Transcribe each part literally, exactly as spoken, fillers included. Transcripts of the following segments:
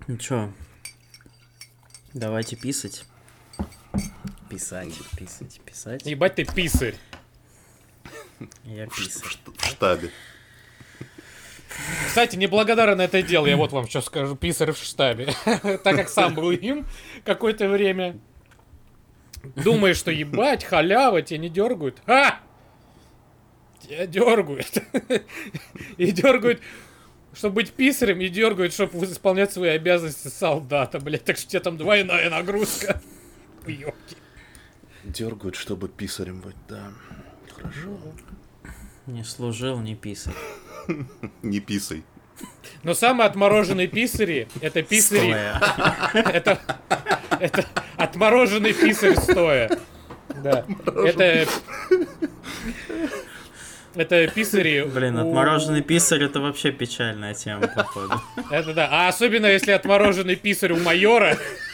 Ну чё, давайте писать. Писать, писать, писать. Ебать ты писарь. Я В, писарь. ш- в штабе. Кстати, неблагодарно это дело, я вот вам что скажу, писарь в штабе. Так как сам был им какое-то время. Думаешь, что ебать, халява, тебя не дергают. А! Тебя дергают. И дергают, чтобы быть писарем, и дергают, чтобы исполнять свои обязанности солдата, блядь. Так что у тебя там двойная нагрузка. Ёпки. Дергают, чтобы писарем быть, да. Хорошо. Не служил, не писай. Не писай. Но самые отмороженные писари, это писари... Стоя. Это, это отмороженный писарь стоя. Да. Это... Это писари... Блин, у- отмороженный писарь — это вообще печальная тема, походу. Это да. А особенно если отмороженный писарь у майора,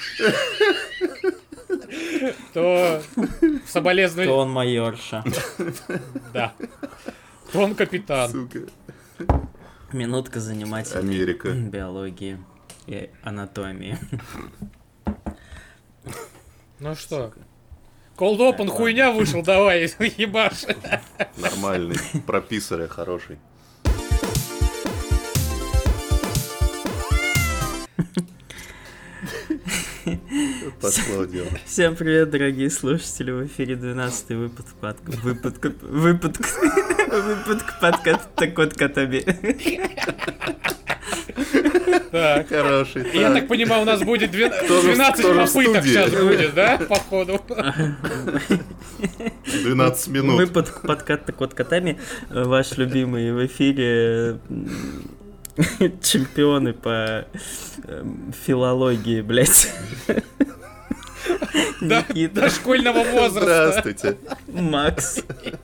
то соболезную... То он майорша. Да. То он капитан. Сука. Минутка занимательной Америка. биологии и анатомии. Ну что? Cold Open хуйня вышел, давай, ебашь. Нормальный. Про писаря хороший. Пошло дело. Всем привет, дорогие слушатели, в эфире двенадцатый выпуск подка... Выпуск... Выпуск... Выпуск подкаста Кот Котаби. Так. Хороший. Я так понимаю, у нас будет две- Кто же- двенадцать кто же в попыток студии? сейчас будет, да, походу? двенадцать минут. Выпуск подкаста Кот Котами, ваш любимый в эфире м, чемпионы по эм, филологии, блять. До, Никита, до школьного возраста. Здравствуйте. Макс.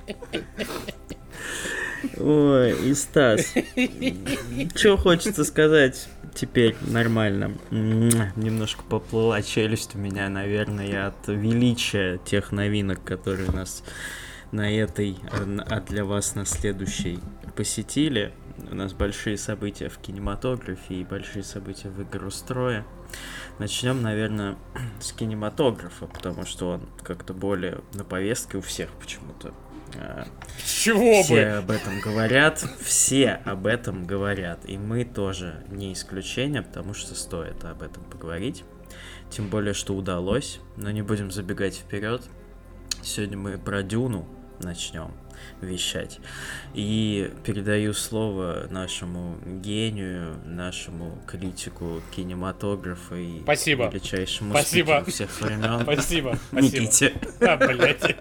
Ой, и Стас. Что хочется сказать теперь нормально? М-м, Немножко поплыла челюсть у меня, наверное, от величия тех новинок, которые нас на этой, а для вас на следующей посетили. У нас большие события в кинематографе и большие события в игрострое. Начнем, наверное, с кинематографа, потому что он как-то более на повестке у всех почему-то. А, Чего Все бы? об этом говорят, все об этом говорят, и мы тоже не исключение, потому что стоит об этом поговорить. Тем более, что удалось, но не будем забегать вперед. Сегодня мы про Дюну начнем вещать. И передаю слово нашему гению, нашему критику кинематографа и Спасибо. величайшему Спасибо. спикеру всех времен. Спасибо, спасибо. Никите. А, блядь.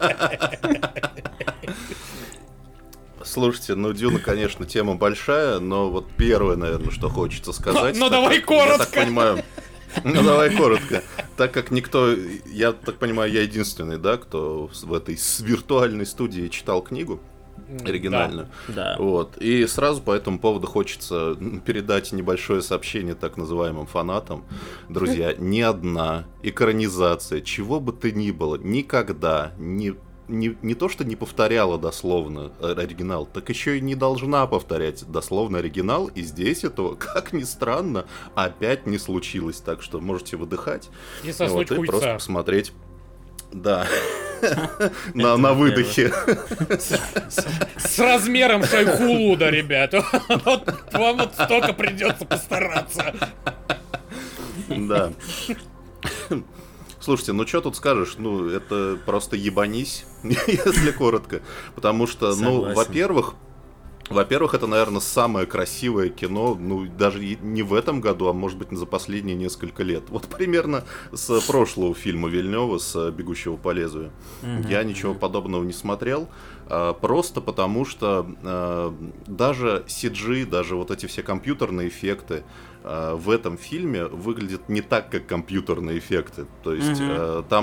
Слушайте, ну Дюна, конечно, тема большая, но вот первое, наверное, что хочется сказать. Ну, так давай как, Я так коротко. понимаю. Ну давай коротко. Так как никто, я так понимаю, я единственный, да, кто в этой с виртуальной студии читал книгу оригинальную. Да. Вот. И сразу по этому поводу хочется передать небольшое сообщение так называемым фанатам. Друзья, ни одна экранизация, чего бы то ни было, никогда не Не, не то, что не повторяла дословно оригинал, так еще и не должна повторять дословно оригинал, и здесь этого, как ни странно, опять не случилось, так что можете выдыхать. И соснуть Вот, и хуйца. просто посмотреть. Да. на, на выдохе. С размером Шайхулуда, ребят. Вот вам вот столько придется постараться. Да. Слушайте, ну что тут скажешь? Ну, это просто ебанись, если коротко. Потому что, ну, Согласен. во-первых, во-первых, это, наверное, самое красивое кино, ну, даже и не в этом году, а может быть за последние несколько лет. Вот примерно с прошлого фильма Вильнёва, с «Бегущего по лезвию». Мгм, Я ничего мгм. подобного не смотрел, а, просто потому что а, даже си джи, даже вот эти все компьютерные эффекты а, в этом фильме выглядят не так, как компьютерные эффекты. То есть Мгм. а, там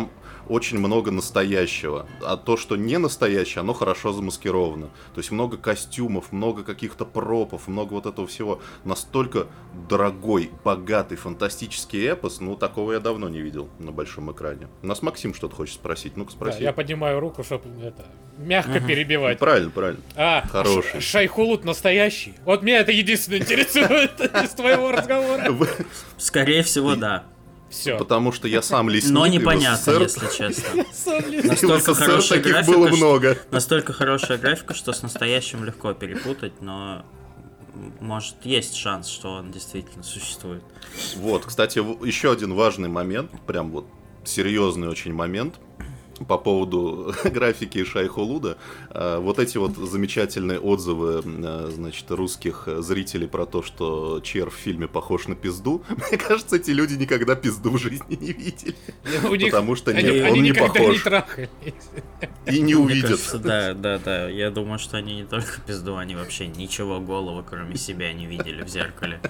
очень много настоящего. А то, что не настоящее, оно хорошо замаскировано. То есть много костюмов, много каких-то пропов, много вот этого всего. Настолько дорогой, богатый, фантастический эпос, ну, такого я давно не видел на большом экране. У нас Максим что-то хочет спросить. Ну-ка, спроси. Да, я поднимаю руку, чтобы это, мягко Мгм. перебивать. Ну, правильно, правильно. А, Хороший. Ш- Шайхулут настоящий? Вот меня это единственное интересует из твоего разговора. Вы- Скорее всего, да. Все. Потому что я сам лесник. Но и в непонятно, СССР если честно. и в Настолько СССР хорошая таких графика, было что- много. Настолько хорошая графика, что с настоящим легко перепутать, но м, может есть шанс, что он действительно существует. Вот, кстати, в- еще один важный момент, прям вот серьезный очень момент по поводу графики Шайхулуда. А, Вот эти вот замечательные отзывы, а, значит, русских зрителей про то, что червь в фильме похож на пизду. Мне кажется, эти люди никогда пизду в жизни не видели. У них- Потому что они, нет, они он не никогда не похож. трахались. И не Мне увидят. кажется, да, да, да. Я думаю, что они не только пизду, они вообще ничего голого, кроме себя, не видели в зеркале.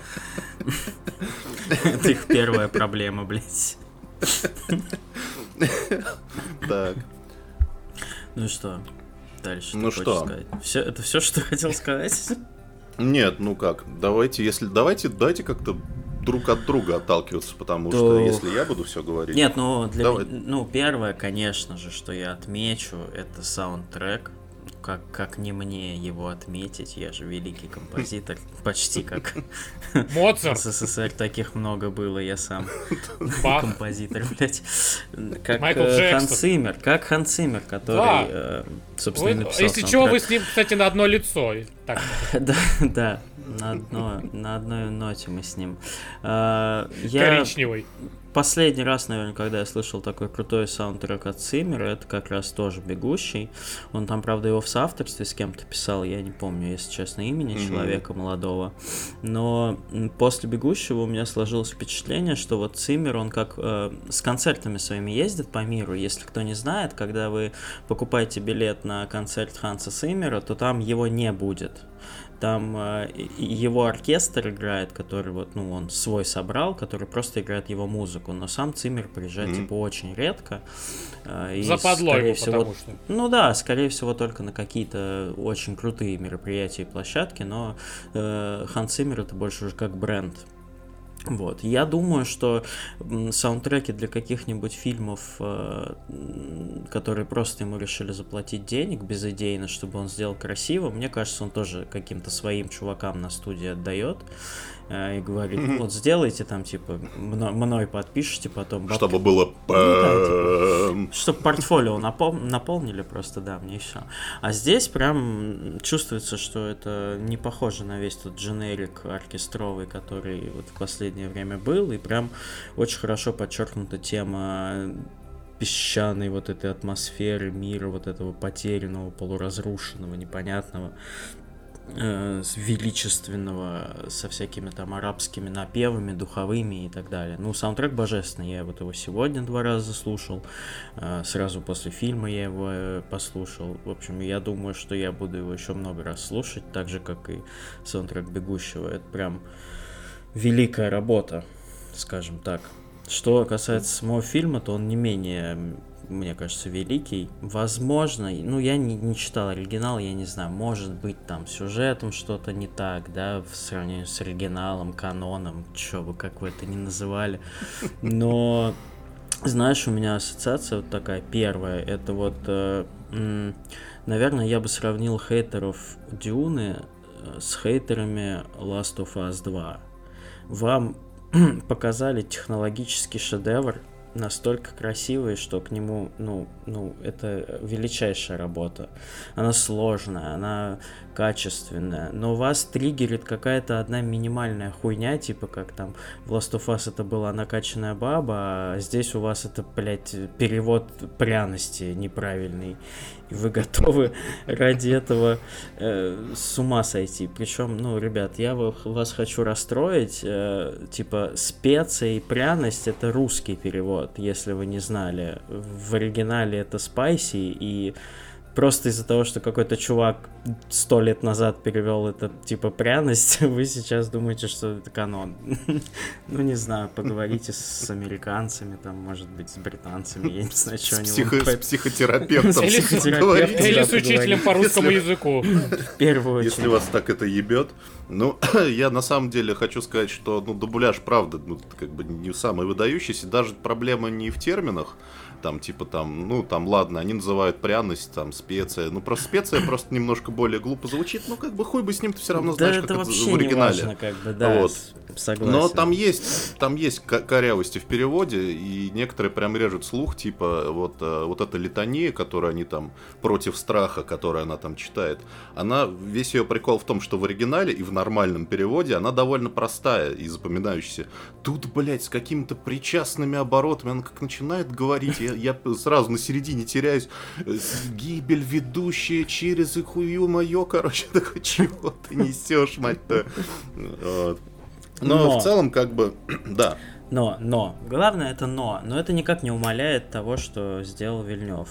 Это их первая проблема, блядь. Так. Ну и что? Дальше Ну ты хочешь что? сказать? Все, это все, что хотел сказать? Нет, ну как, давайте, если давайте, давайте как-то друг от друга отталкиваться, потому То- что если я буду все говорить. Нет, ну, для Давай. ме- ну, первое, конечно же, что я отмечу, это саундтрек. Как, как не мне его отметить, я же великий композитор, почти как в Моцарт, СССР таких много было, я сам Бах. композитор, блядь. Как Майкл э, Джексон. Ханс Циммер, как Ханс Циммер, который, Да. э, собственно, и Вы- написал если чего, вы саундтрек. с ним, кстати, на одно лицо. Так. Да, да, на, одно, на одной ноте мы с ним. А, Я Коричневый. последний раз, наверное, когда я слышал такой крутой саундтрек от Циммера, это как раз тоже «Бегущий». Он там, правда, его в соавторстве с кем-то писал, я не помню, если честно, имени Мгм. человека молодого. Но м, после «Бегущего» у меня сложилось впечатление, что вот Циммер, он как э, с концертами своими ездит по миру. Если кто не знает, когда вы покупаете билет на концерт Ханса Циммера, то там его не будет. Там э, и- его оркестр играет, который вот, ну, он свой собрал, который просто играет его музыку. Но сам Циммер приезжает, Мгм. типа, очень редко. э, и, Западло скорее его, всего, потому что. ну да, скорее всего, только на какие-то очень крутые мероприятия и площадки, но э, Ханс Циммер это больше уже как бренд. Вот. Я думаю, что м, саундтреки для каких-нибудь фильмов, э, м, которые просто ему решили заплатить денег безыдейно, чтобы он сделал красиво, мне кажется, он тоже каким-то своим чувакам на студии отдает э, и говорит, Мгм. вот сделайте там, типа, мно- мной подпишите, потом... бабки Чтобы было да, пэм. чтобы портфолио напол- наполнили просто, да, мне все. А здесь прям чувствуется, что это не похоже на весь тот дженерик оркестровый, который вот в последнее время был, и прям очень хорошо подчеркнута тема песчаной вот этой атмосферы мира, вот этого потерянного, полуразрушенного, непонятного, э, с- величественного, со всякими там арабскими напевами, духовыми и так далее. Ну, саундтрек божественный, я вот его сегодня два раза слушал, э, сразу после фильма я его э, послушал. В общем, я думаю, что я буду его еще много раз слушать, так же, как и саундтрек «Бегущего». Это прям великая работа, скажем так. Что касается самого фильма, то он не менее, м, мне кажется, великий. Возможно, ну я не, не читал оригинал, я не знаю, может быть там с сюжетом что-то не так, да, в сравнении с оригиналом, каноном, чё бы, как вы это ни называли. Но, знаешь, у меня ассоциация вот такая первая, это вот, э, м, наверное, я бы сравнил хейтеров Дюны э, с хейтерами Last of Us два. Вам показали технологический шедевр, настолько красивый, что к нему, ну, ну, это величайшая работа. Она сложная, она качественная, но вас триггерит какая-то одна минимальная хуйня, типа как там в Last of Us это была накачанная баба, а здесь у вас это, блядь, перевод пряности неправильный. И вы готовы ради этого э, с ума сойти. Причем, ну, ребят, я ва- вас хочу расстроить. Э, типа, специя и пряность — это русский перевод, если вы не знали. В оригинале это spicy, и просто из-за того, что какой-то чувак сто лет назад перевел это типа пряность, вы сейчас думаете, что это канон. Ну, не знаю, поговорите с американцами, там, может быть, с британцами, я не знаю, что они... С психотерапевтом. Или с учителем по русскому языку. В первую очередь. Если вас так это ебет. Ну, я на самом деле хочу сказать, что ну, дубляж, правда, ну, как бы не самый выдающийся. Даже проблема не в терминах. Там, типа, там, ну, там, ладно, они называют пряность, там, специя. Ну, просто специя просто немножко более глупо звучит. Ну, как бы, хуй бы с ним, ты все равно знаешь, да, как это это вообще в оригинале. Не важно, как бы, да, вот. Согласен. Но там есть, там есть корявости в переводе, и некоторые прям режут слух, типа, вот, вот эта литания, которую они там, против страха, которую она там читает, она, весь ее прикол в том, что в оригинале и в нормальном переводе она довольно простая и запоминающаяся. Тут, блядь, с какими-то причастными оборотами она как начинает говорить, я, я сразу на середине теряюсь, гибель ведущая через и хую мое, короче, такой, чего ты несешь, мать-то? Вот. Но, но в целом, как бы, да. Но, но, главное это но, но это никак не умаляет того, что сделал Вильнёв.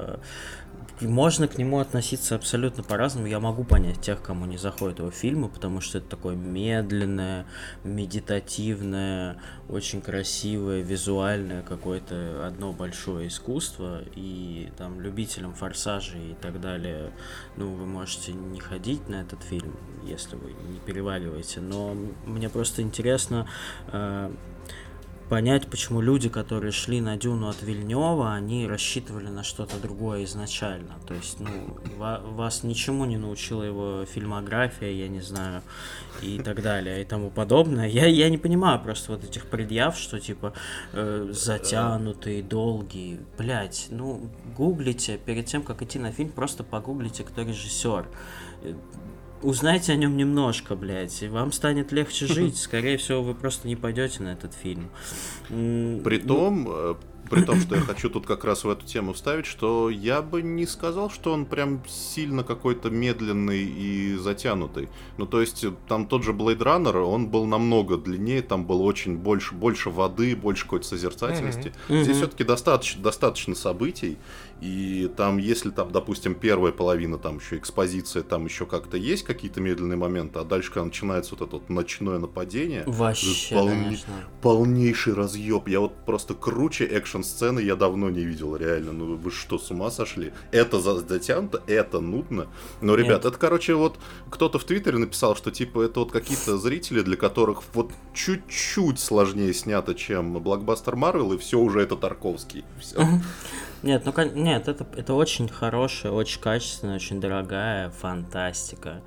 Можно к нему относиться абсолютно по-разному. Я могу понять тех, кому не заходит его фильмы, потому что это такое медленное, медитативное, очень красивое, визуальное какое-то одно большое искусство. И там любителям форсажей и так далее, ну, вы можете не ходить на этот фильм, если вы не перевариваете. Но мне просто интересно... Э- понять, почему люди, которые шли на Дюну от Вильнёва, они рассчитывали на что-то другое изначально. То есть, ну, ва- вас ничему не научила его фильмография, я не знаю, и так далее, и тому подобное. Я, я не понимаю просто вот этих предъяв, что, типа, э, затянутые, долгие. Блять, ну, гуглите, перед тем, как идти на фильм, просто погуглите, кто режиссер. Узнайте о нем немножко, блядь, и вам станет легче жить. Скорее всего, вы просто не пойдете на этот фильм. Притом, ну... при том, что я хочу тут как раз в эту тему вставить, что я бы не сказал, что он прям сильно какой-то медленный и затянутый. Ну, то есть, там тот же Blade Runner, он был намного длиннее, там было очень больше, больше воды, больше какой-то созерцательности. Mm-hmm. Здесь mm-hmm. все-таки достаточно, достаточно событий, и там, если там, допустим, первая половина, там еще экспозиция, там еще как-то есть какие-то медленные моменты, а дальше, когда начинается вот это вот ночное нападение, вообще, полне... полнейший разъеб. Я вот просто круче экшен сцены я давно не видел, реально. Ну вы что, с ума сошли? Это затянуто, это нудно. Но, ребят, Нет. это, короче, вот кто-то в Твиттере написал, что типа это вот какие-то зрители, для которых вот чуть-чуть сложнее снято, чем блокбастер Марвел, и все уже это Тарковский. Все. Нет, ну нет, это, это очень хорошая, очень качественная, очень дорогая фантастика.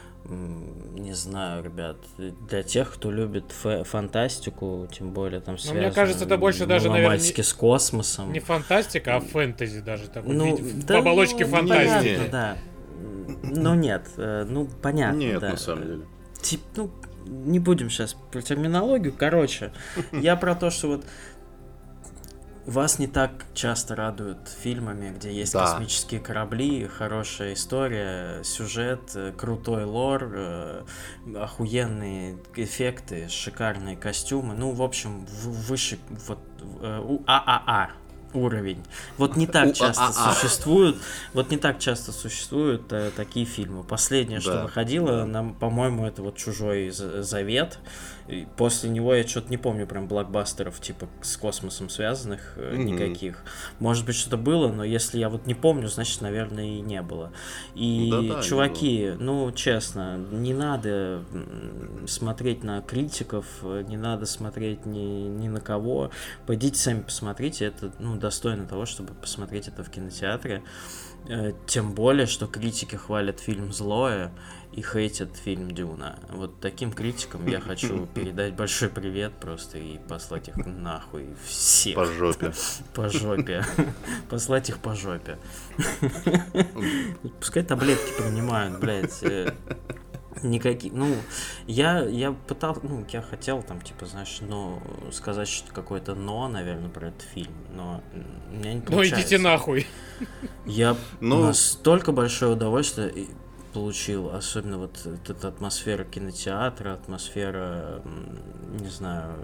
Не знаю, ребят, для тех, кто любит фэ- фантастику, тем более там связано, мне кажется, это больше даже, наверное, не, с космосом. Не фантастика, а фэнтези даже такой, ну, в да, оболочке ну, фантастики. Понятно, да. Ну нет, ну понятно, Нет, да. на самом деле. Тип, ну, не будем сейчас про терминологию, короче, я про то, что вот вас не так часто радуют фильмами, где есть да. космические корабли, хорошая история, сюжет, крутой лор, э, охуенные эффекты, шикарные костюмы. Ну, в общем, в, выше вот э, у ААА уровень. Вот не так часто существуют, вот не так часто существуют э, такие фильмы. Последнее, да. что выходило, нам, по-моему, это вот «Чужой завет». И после него я что-то не помню прям блокбастеров типа с космосом связанных mm-hmm. никаких. Может быть, что-то было, но если я вот не помню, значит, наверное, и не было. И, да-да, чуваки, ну, честно, не надо смотреть на критиков, не надо смотреть ни, ни на кого. Пойдите сами посмотрите, это, ну, достойно того, чтобы посмотреть это в кинотеатре. Тем более, что критики хвалят фильм «Злое» и хейтят фильм «Дюна». Вот таким критикам я хочу передать большой привет просто и послать их нахуй всех. По жопе. По жопе. Послать их по жопе. Пускай таблетки принимают, блядь. Никакие, ну, я, я пытался, ну, я хотел там, типа, знаешь, ну, сказать что-то какое-то но, наверное, про этот фильм, но у меня не получается. Ну, идите нахуй. Я ну... настолько большое удовольствие получил, особенно вот эта атмосфера кинотеатра, атмосфера, не знаю,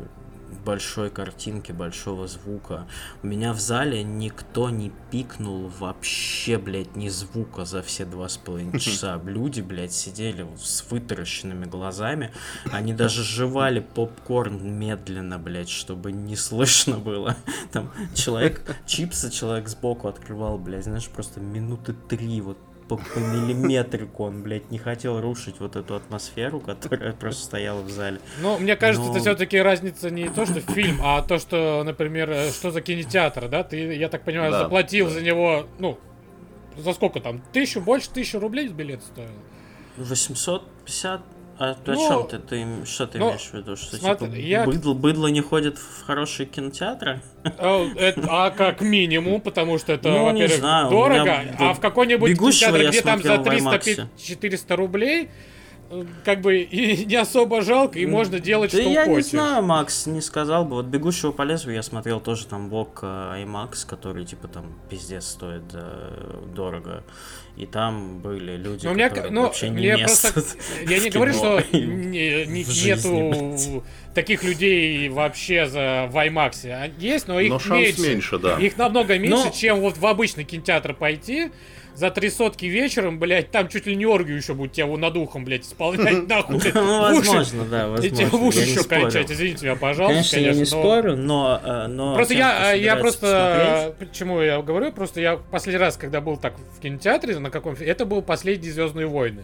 большой картинки, большого звука. У меня в зале никто не пикнул вообще, блядь, ни звука за все два с половиной часа. Люди, блядь, сидели с вытаращенными глазами. Они даже жевали попкорн медленно, блядь, чтобы не слышно было. Там человек, чипсы человек сбоку открывал, блядь, знаешь, просто минуты три вот по, по миллиметрику он, блядь, не хотел рушить вот эту атмосферу, которая просто стояла в зале. Ну, мне кажется, Но... это все-таки разница не то, что фильм, а то, что, например, что за кинотеатр, да? Ты, я так понимаю, Да, заплатил да. за него, ну, за сколько там? Тысячу, больше тысячи рублей билет стоил? восемьсот пятьдесят? А ты Ну, о чем ты? Ты им- что ты ну, имеешь в виду? Что смотри, типа я- быдло, быдло не ходит в хорошие кинотеатры? А, это- а как минимум, потому что это, Ну, не во-первых, знаю, у дорого, меня а б- в какой-нибудь «Бегущего» кинотеатре, я где там за смотрел в IMAX. триста-четыреста рублей, э, как бы и не особо жалко, и можно делать, Да что я хочешь. не знаю, Макс, не сказал бы. Вот «Бегущего по лезвию» я смотрел тоже там влог э, IMAX, который типа там пиздец стоит э, дорого. И там были люди, Ну, мне, которым ну, вообще не мне место просто... Я не в говорю, кино что и не- не- в жизни, нету таких людей вообще за, в IMAX. А есть, но их Но шанс меньше. меньше, да. Их намного меньше, Но- чем вот в обычный кинотеатр пойти. За три сотки вечером, блядь, там чуть ли не оргию еще будет тебя над ухом, блядь, исполнять, нахуй, блядь, Ну, в уши. возможно, да, И тебе в возможно. уши Я не еще спорю. кончать, извините меня, пожалуйста, Конечно, я не но- спорю, но... э, но Просто тем, кто я, я собирается просто, посмотреть- почему я говорю, просто я последний раз, когда был так в кинотеатре, на каком это был последний «Звездные войны».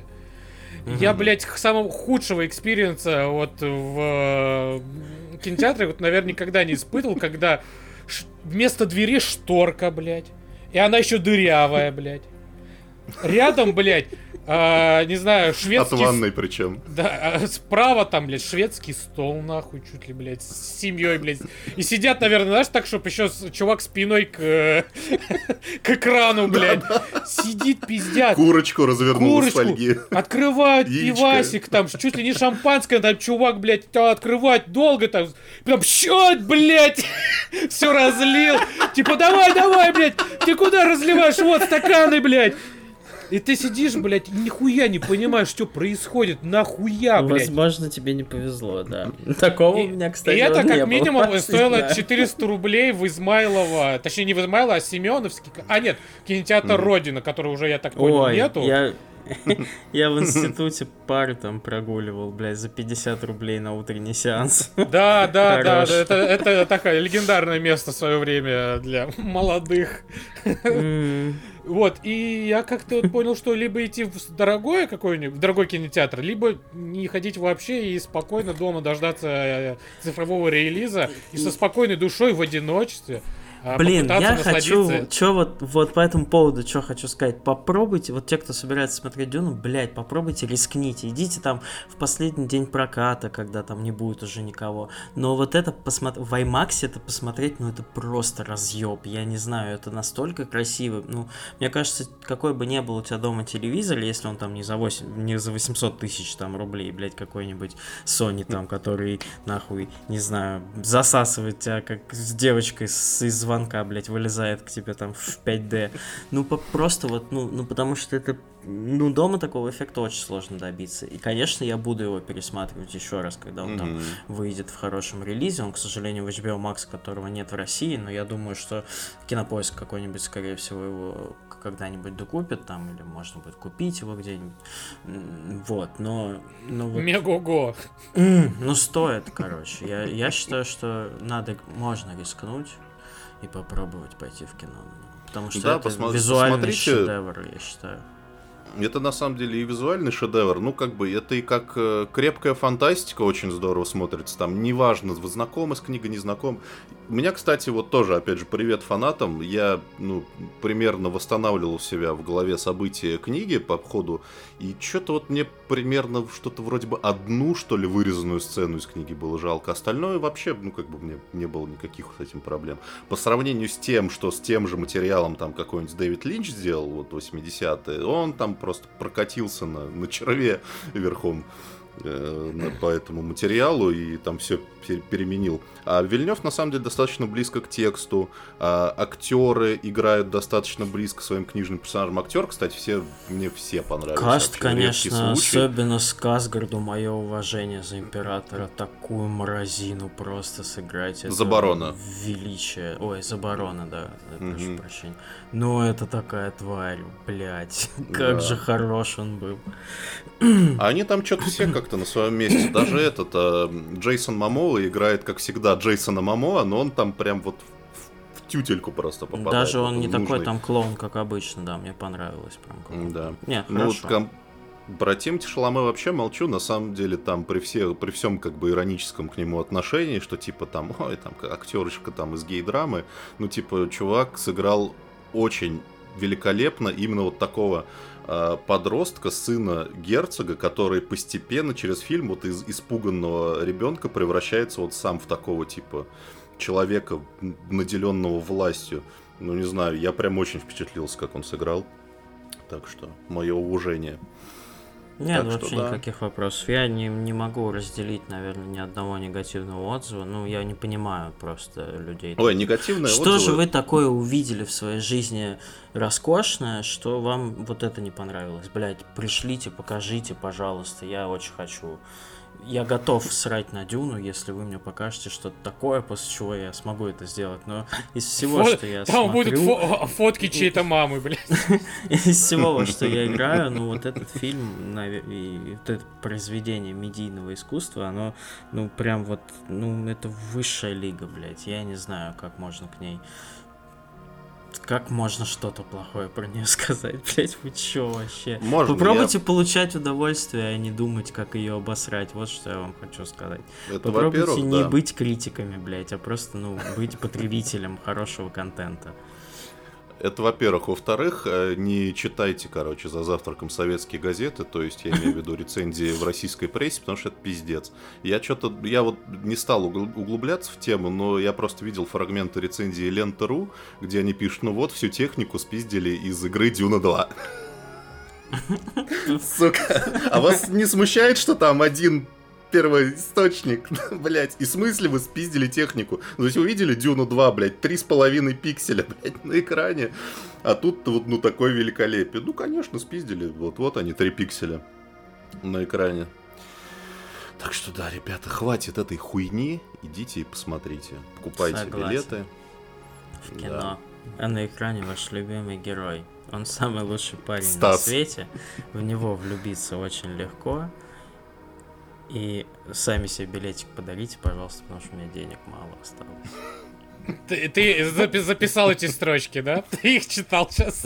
Я, блядь, х- самого худшего экспириенса вот в э, кинотеатре, вот, наверное, никогда не испытывал, когда ш- вместо двери шторка, блядь, и она еще дырявая, блядь. Рядом, блядь, а, не знаю, От шведский... с- ванной причем. Да, а справа там, блядь, шведский стол, нахуй, чуть ли, блядь, с семьей, блядь. И сидят, наверное, знаешь, так, чтобы еще с- чувак спиной к, э, к экрану, блядь. Сидит, пиздят. Курочку развернул из Курочку фольги. открывают Яичко. пивасик, там, чуть ли не шампанское, там, чувак, блядь, а, открывать долго, там, прям, счет, блядь, все разлил. Типа, давай, давай, блядь, ты куда разливаешь? Вот стаканы, блядь. И ты сидишь, блядь, и нихуя не понимаешь, что происходит, нахуя, блядь. Возможно, тебе не повезло, да. Такого у меня, кстати, И это вот не как было. минимум Не стоило знаю. четыреста рублей в Измайлово, точнее не в Измайлово, а Семеновский. А нет, кинотеатр Родина, который уже, я так понял, Ой, нету. я... Я в институте пары там прогуливал, блядь, за пятьдесят рублей на утренний сеанс. Да, да, да, Хорош. да, это, это такое легендарное место в свое время для молодых. М, Вот, и я как-то вот понял, что либо идти в дорогое какой-нибудь, в дорогой кинотеатр, либо не ходить вообще и спокойно дома дождаться э, цифрового релиза и со спокойной душой в одиночестве. а, Блин, попытаться я хочу, насладиться. чё вот, вот по этому поводу, что хочу сказать, попробуйте, вот те, кто собирается смотреть Дюну, блядь, попробуйте, рискните, идите там в последний день проката, когда там не будет уже никого, но вот это посмотреть, в IMAX это посмотреть, ну это просто разъеб, я не знаю, это настолько красиво, ну, мне кажется, какой бы ни был у тебя дома телевизор, если он там не за восемь, не за восемьсот тысяч там рублей, блядь, какой-нибудь Sony там, который, нахуй, не знаю, засасывает тебя, как с девочкой с, из звонка, блядь, вылезает к тебе там в пять дэ. Ну, по- просто вот, ну, ну, потому что это, ну, дома такого эффекта очень сложно добиться. И, конечно, я буду его пересматривать еще раз, когда он там Мгм. выйдет в хорошем релизе. Он, к сожалению, в эйч би о Max, которого нет в России, но я думаю, что Кинопоиск какой-нибудь, скорее всего, его когда-нибудь докупит там, или можно будет купить его где-нибудь. М, Вот, но... но вот... Мега-го. М, Ну, стоит, короче. Я, я считаю, что надо, можно рискнуть и попробовать пойти в кино. Потому что Да, это посма- визуальный посмотрите. шедевр, я считаю. Это на самом деле и визуальный шедевр, ну как бы это и как э, крепкая фантастика очень здорово смотрится, там неважно, вы знакомы с книгой, не знакомы. У меня, кстати, вот тоже, опять же, привет фанатам, я, ну, примерно восстанавливал в себя в голове события книги по ходу, и что-то вот мне примерно что-то вроде бы одну, что ли, вырезанную сцену из книги было жалко, остальное вообще, ну как бы мне не было никаких вот с этим проблем. По сравнению с тем, что с тем же материалом там какой-нибудь Дэвид Линч сделал, вот восьмидесятые, он там просто прокатился на, на черве верхом. э, по этому материалу и там все переменил. А Вильнёв на самом деле достаточно близко к тексту. А, актеры играют достаточно близко к своим книжным персонажам. Актер, кстати, все мне все понравились. Каст, конечно, особенно Сказгарду, мое уважение за императора. Такую мразину просто сыграть. Это Заборона. Величие. Ой, Заборона, да. Mm-hmm. Прошу прощения. Но это такая тварь, блядь. Как да. же хорош он был. А они там что-то все как-то на своем месте. Даже этот а, Джейсон Момоа играет, как всегда, Джейсона Момоа, но он там прям вот в, в тютельку просто попадает. Даже он не нужный. такой там клоун, как обычно, да, мне понравилось. Прям да. Не, ну, хорошо. Вот, ком... Про Тимоти Шаламе вообще молчу, на самом деле там при, все, при всем как бы ироническом к нему отношении, что типа там, ой, там актерочка там из гей-драмы, ну типа чувак сыграл очень великолепно именно вот такого э, подростка, сына герцога, который постепенно через фильм вот из испуганного ребенка превращается вот сам в такого типа человека, наделенного властью. Ну не знаю, я прям очень впечатлился, как он сыграл. Так что мое уважение. Нет, так вообще что, да. никаких вопросов. Я не, не могу разделить, наверное, ни одного негативного отзыва. Ну, я не понимаю просто людей. Ой, негативные что отзывы. Что же вы такое увидели в своей жизни роскошное, что вам вот это не понравилось? Блять, пришлите, покажите, пожалуйста. Я очень хочу. Я готов срать на Дюну, если вы мне покажете что-то такое, после чего я смогу это сделать. Но из всего, Фо... что я Там смотрю... будут фо- фотки чьей-то мамы, блядь. Из всего, во что я играю, ну вот этот фильм и вот это произведение медийного искусства, оно, ну прям вот, ну это высшая лига, блядь. Я не знаю, как можно к ней... Как можно что-то плохое про нее сказать, блять, вы чё вообще? Можно, Попробуйте я... получать удовольствие, а не думать, как ее обосрать. Вот что я вам хочу сказать. Это, Попробуйте не да. быть критиками, блять, а просто, ну, быть потребителем хорошего контента. Это, во-первых. Во-вторых, не читайте, короче, за завтраком советские газеты, то есть я имею в виду рецензии в российской прессе, потому что это пиздец. Я что-то, я вот не стал углубляться в тему, но я просто видел фрагменты рецензии Лента точка ру, где они пишут, ну вот, всю технику спиздили из игры Дюна два. Сука, а вас не смущает, что там один... первоисточник, блять, и в смысле вы спиздили технику? Ну, то есть вы видели Дюну два, блять, три с половиной пикселя, блять, на экране, а тут вот, ну, такое великолепие. Ну, конечно, спиздили, вот-вот они, три пикселя на экране. Так что, да, ребята, хватит этой хуйни, идите и посмотрите, покупайте Согласен. билеты. В кино. Да. А на экране ваш любимый герой. Он самый лучший парень Стас. на свете, в него влюбиться очень легко. И сами себе билетик подарите, пожалуйста, потому что у меня денег мало осталось. Ты, ты запи- записал эти строчки, да? Ты их читал сейчас.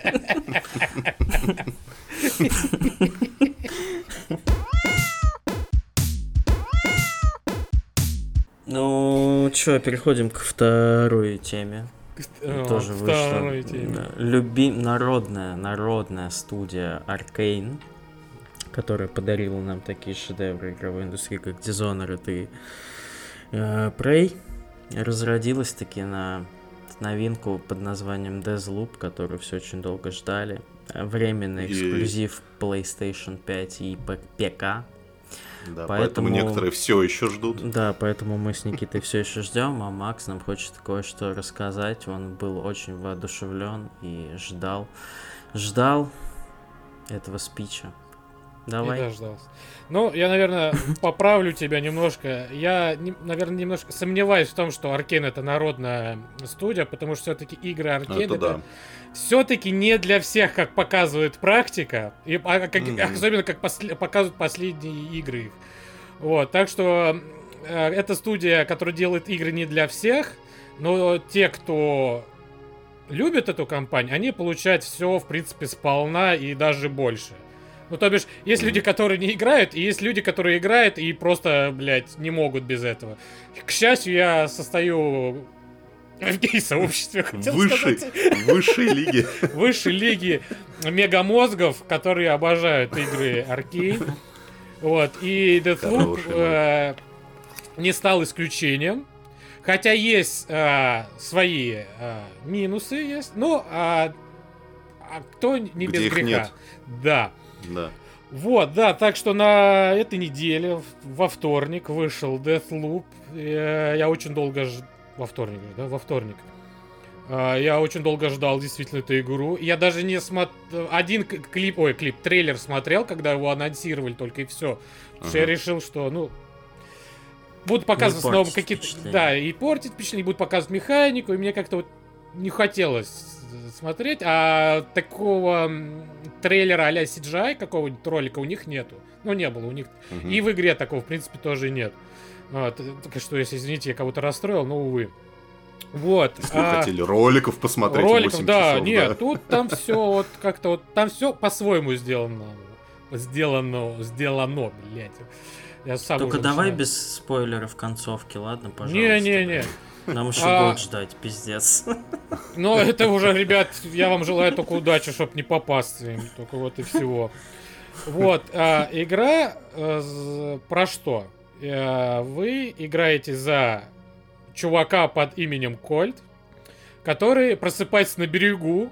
Ну, чё, переходим к второй теме. О, Тоже вышла. Теме. Люби... Народная, народная студия Arcane, которая подарила нам такие шедевры игровой индустрии, как Dishonored и э, Prey, разродилась таки на новинку под названием Deathloop, которую все очень долго ждали. Временный эксклюзив и... PlayStation пять и пи си. Да, поэтому... поэтому некоторые все еще ждут. Да, поэтому мы с Никитой все еще ждем, а Макс нам хочет кое-что рассказать. Он был очень воодушевлен и ждал, ждал этого спича. Давай. Не дождался. Ну, я, наверное, поправлю тебя немножко. Я, не, наверное, немножко сомневаюсь в том, что Arcane это народная студия, потому что все-таки игры Arcane это, это да. все-таки не для всех, как показывает практика, и, а, как, mm-hmm. особенно как посл- показывают последние игры их. Вот, так что э, это студия, которая делает игры не для всех, но те, кто любит эту компанию, они получают все, в принципе, сполна и даже больше. Ну, то бишь, есть mm-hmm. люди, которые не играют, и есть люди, которые играют и просто, блядь, не могут без этого. К счастью, я состою в гей-сообществе, хотел Высшей, сказать. Высшей лиги. Высшей лиги мегамозгов, которые обожают игры Arcane. Вот, и Deathloop э, не стал исключением. Хотя есть э, свои э, минусы, есть, но а, а кто не Где без их греха. Нет. Да. Да. Вот, да, так что на этой неделе, во вторник, вышел Deathloop. Я, я очень долго ждал... Во вторник, да, во вторник. Я очень долго ждал действительно эту игру. Я даже не смотрел... Один клип, ой, клип, трейлер смотрел, когда его анонсировали только, и все. Потому uh-huh. что я решил, что, ну... Будут показывать снова какие-то... Да, и портить впечатление, будут показывать механику, и мне как-то вот не хотелось смотреть, а такого трейлера а-ля си джи ай, какого-нибудь ролика у них нету. Ну, не было у них. Uh-huh. И в игре такого, в принципе, тоже нет. Вот. Так что, если, извините, я кого-то расстроил, но, увы. Вот. Вы а... хотели роликов посмотреть роликов, восемь да, часов, нет, да? тут там все вот как-то вот, там все по-своему сделано. Сделано, сделано, блядь. Я сам Только давай начинаю. без спойлеров концовки, ладно, пожалуйста. Не-не-не. Нам еще а... год ждать, пиздец. Ну, это уже, ребят, я вам желаю только удачи, чтобы не попасться им. Только вот и всего. Вот, а, игра а, про что? А, вы играете за чувака под именем Кольт, который просыпается на берегу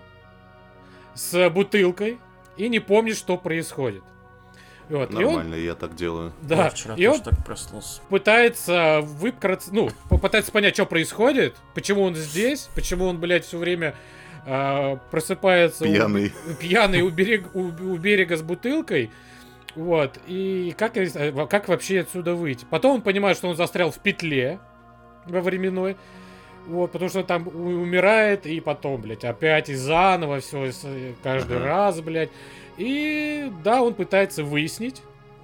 с бутылкой и не помнит, что происходит. Вот. Нормально, и он, я так делаю. Да, я вчера и тоже он так проснулся. Пытается выкраться, ну, попытается понять, что происходит, почему он здесь, почему он, блядь, все время э, просыпается пьяный, у, пьяный у, берег, у, у берега с бутылкой, вот, и как, как вообще отсюда выйти. Потом он понимает, что он застрял в петле во временной, вот, потому что там умирает, и потом, блядь, опять и заново все, каждый uh-huh. раз, блядь. И да, он пытается выяснить,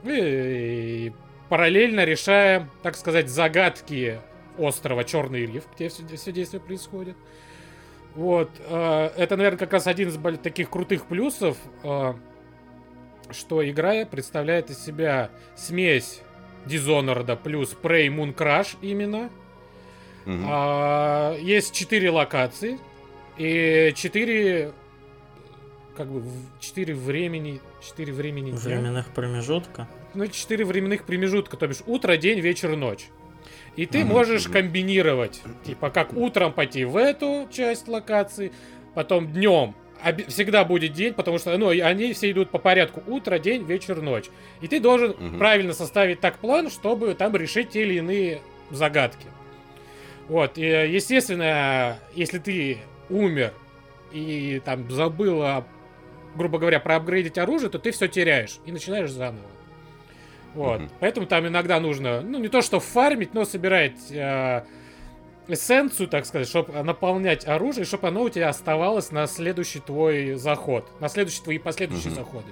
и, и параллельно решая, так сказать, загадки острова Черный Риф, где все, все действие происходит. Вот, э, это, наверное, как раз один из таких крутых плюсов, э, что игра представляет из себя смесь Dishonored плюс Prey Moon Crash именно. Mm-hmm. А, есть четыре локации и четыре как бы четыре времени, четыре времени дня. Временных промежутка. Ну, четыре временных промежутка, то бишь утро, день, вечер, ночь. И ты mm-hmm. можешь комбинировать, типа, как утром пойти в эту часть локации, потом днем об- всегда будет день, потому что, ну, они все идут по порядку: утро, день, вечер, ночь. И ты должен mm-hmm. правильно составить так план, чтобы там решить те или иные загадки. Вот, и, естественно, если ты умер и там забыл, грубо говоря, проапгрейдить оружие, то ты все теряешь и начинаешь заново. Вот, mm-hmm. поэтому там иногда нужно, ну, не то что фармить, но собирать э, эссенцию, так сказать, чтобы наполнять оружие, чтобы оно у тебя оставалось на следующий твой заход, на следующие твои последующие mm-hmm. заходы.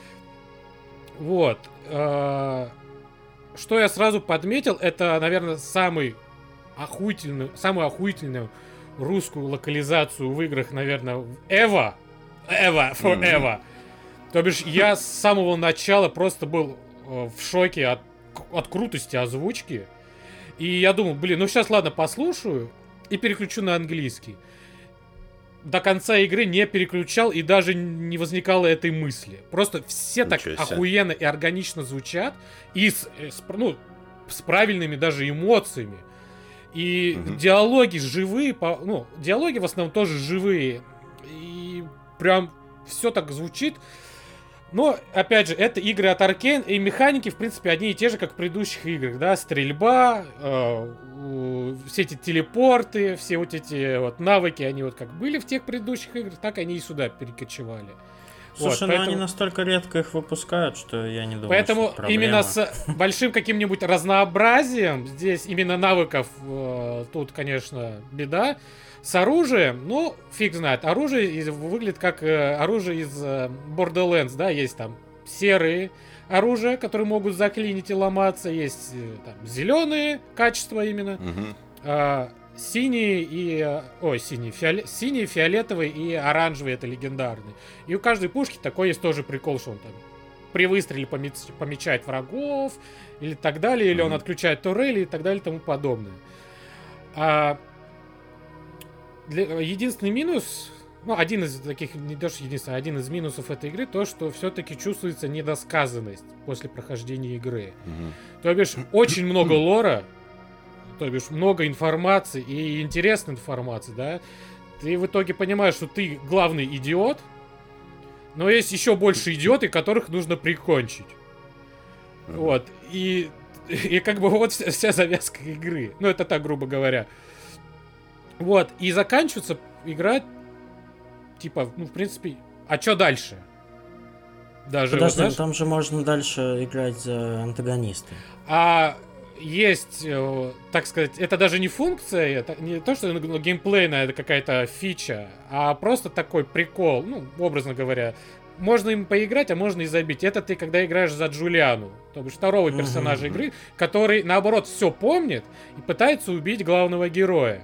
Вот. Э, что я сразу подметил, это, наверное, самый охуительную, самую охуительную русскую локализацию в играх, наверное, ever. Ever, forever. Mm-hmm. То бишь, я с самого начала просто был э, в шоке от, от крутости озвучки. И я думал, блин, ну сейчас, ладно, послушаю и переключу на английский. До конца игры не переключал и даже не возникало этой мысли. Просто все так охуенно и органично звучат. И с, с, ну, с правильными даже эмоциями. И mm-hmm. диалоги живые, ну, диалоги в основном тоже живые. И прям все так звучит. Но, опять же, это игры от Arkane, и механики, в принципе, одни и те же, как в предыдущих играх, да, стрельба, э, э, все эти телепорты, все вот эти вот навыки, они вот как были в тех предыдущих играх, так они и сюда перекочевали. Слушай, вот, ну поэтому... они настолько редко их выпускают, что я не думаю, поэтому что проблема. Именно с большим каким-нибудь разнообразием здесь именно навыков э, тут, конечно, беда. С оружием, ну, фиг знает. Оружие из, выглядит как э, оружие из э, Borderlands, да, есть там серые оружия, которые могут заклинить и ломаться, есть э, там зеленые качества именно, mm-hmm. э, синие и... Э, ой, синие, фиоле, синие, фиолетовые и оранжевые, это легендарные. И у каждой пушки такой есть тоже прикол, что он там при выстреле помеч, помечает врагов, или так далее, или mm-hmm. он отключает турели и так далее и тому подобное. А... Для, единственный минус, ну, один из таких, не даже единственный, один из минусов этой игры, то, что все-таки чувствуется недосказанность после прохождения игры. Mm-hmm. То бишь, очень много лора, то бишь, много информации и интересной информации, да. Ты в итоге понимаешь, что ты главный идиот, Но есть еще больше идиоты, которых нужно прикончить. Mm-hmm. Вот. И, и как бы вот вся, вся завязка игры. Ну, это так, грубо говоря. Вот. И заканчивается игра, типа, ну, в принципе, а что дальше? Даже, Подожди, вот, знаешь, там же можно дальше играть за антагониста. А есть, так сказать, это даже не функция, это не то, что геймплейная это какая-то фича, а просто такой прикол, ну, образно говоря. Можно им поиграть, а можно и забить. Это ты, когда играешь за Джулиану, то бишь второго персонажа uh-huh. игры, который, наоборот, все помнит и пытается убить главного героя.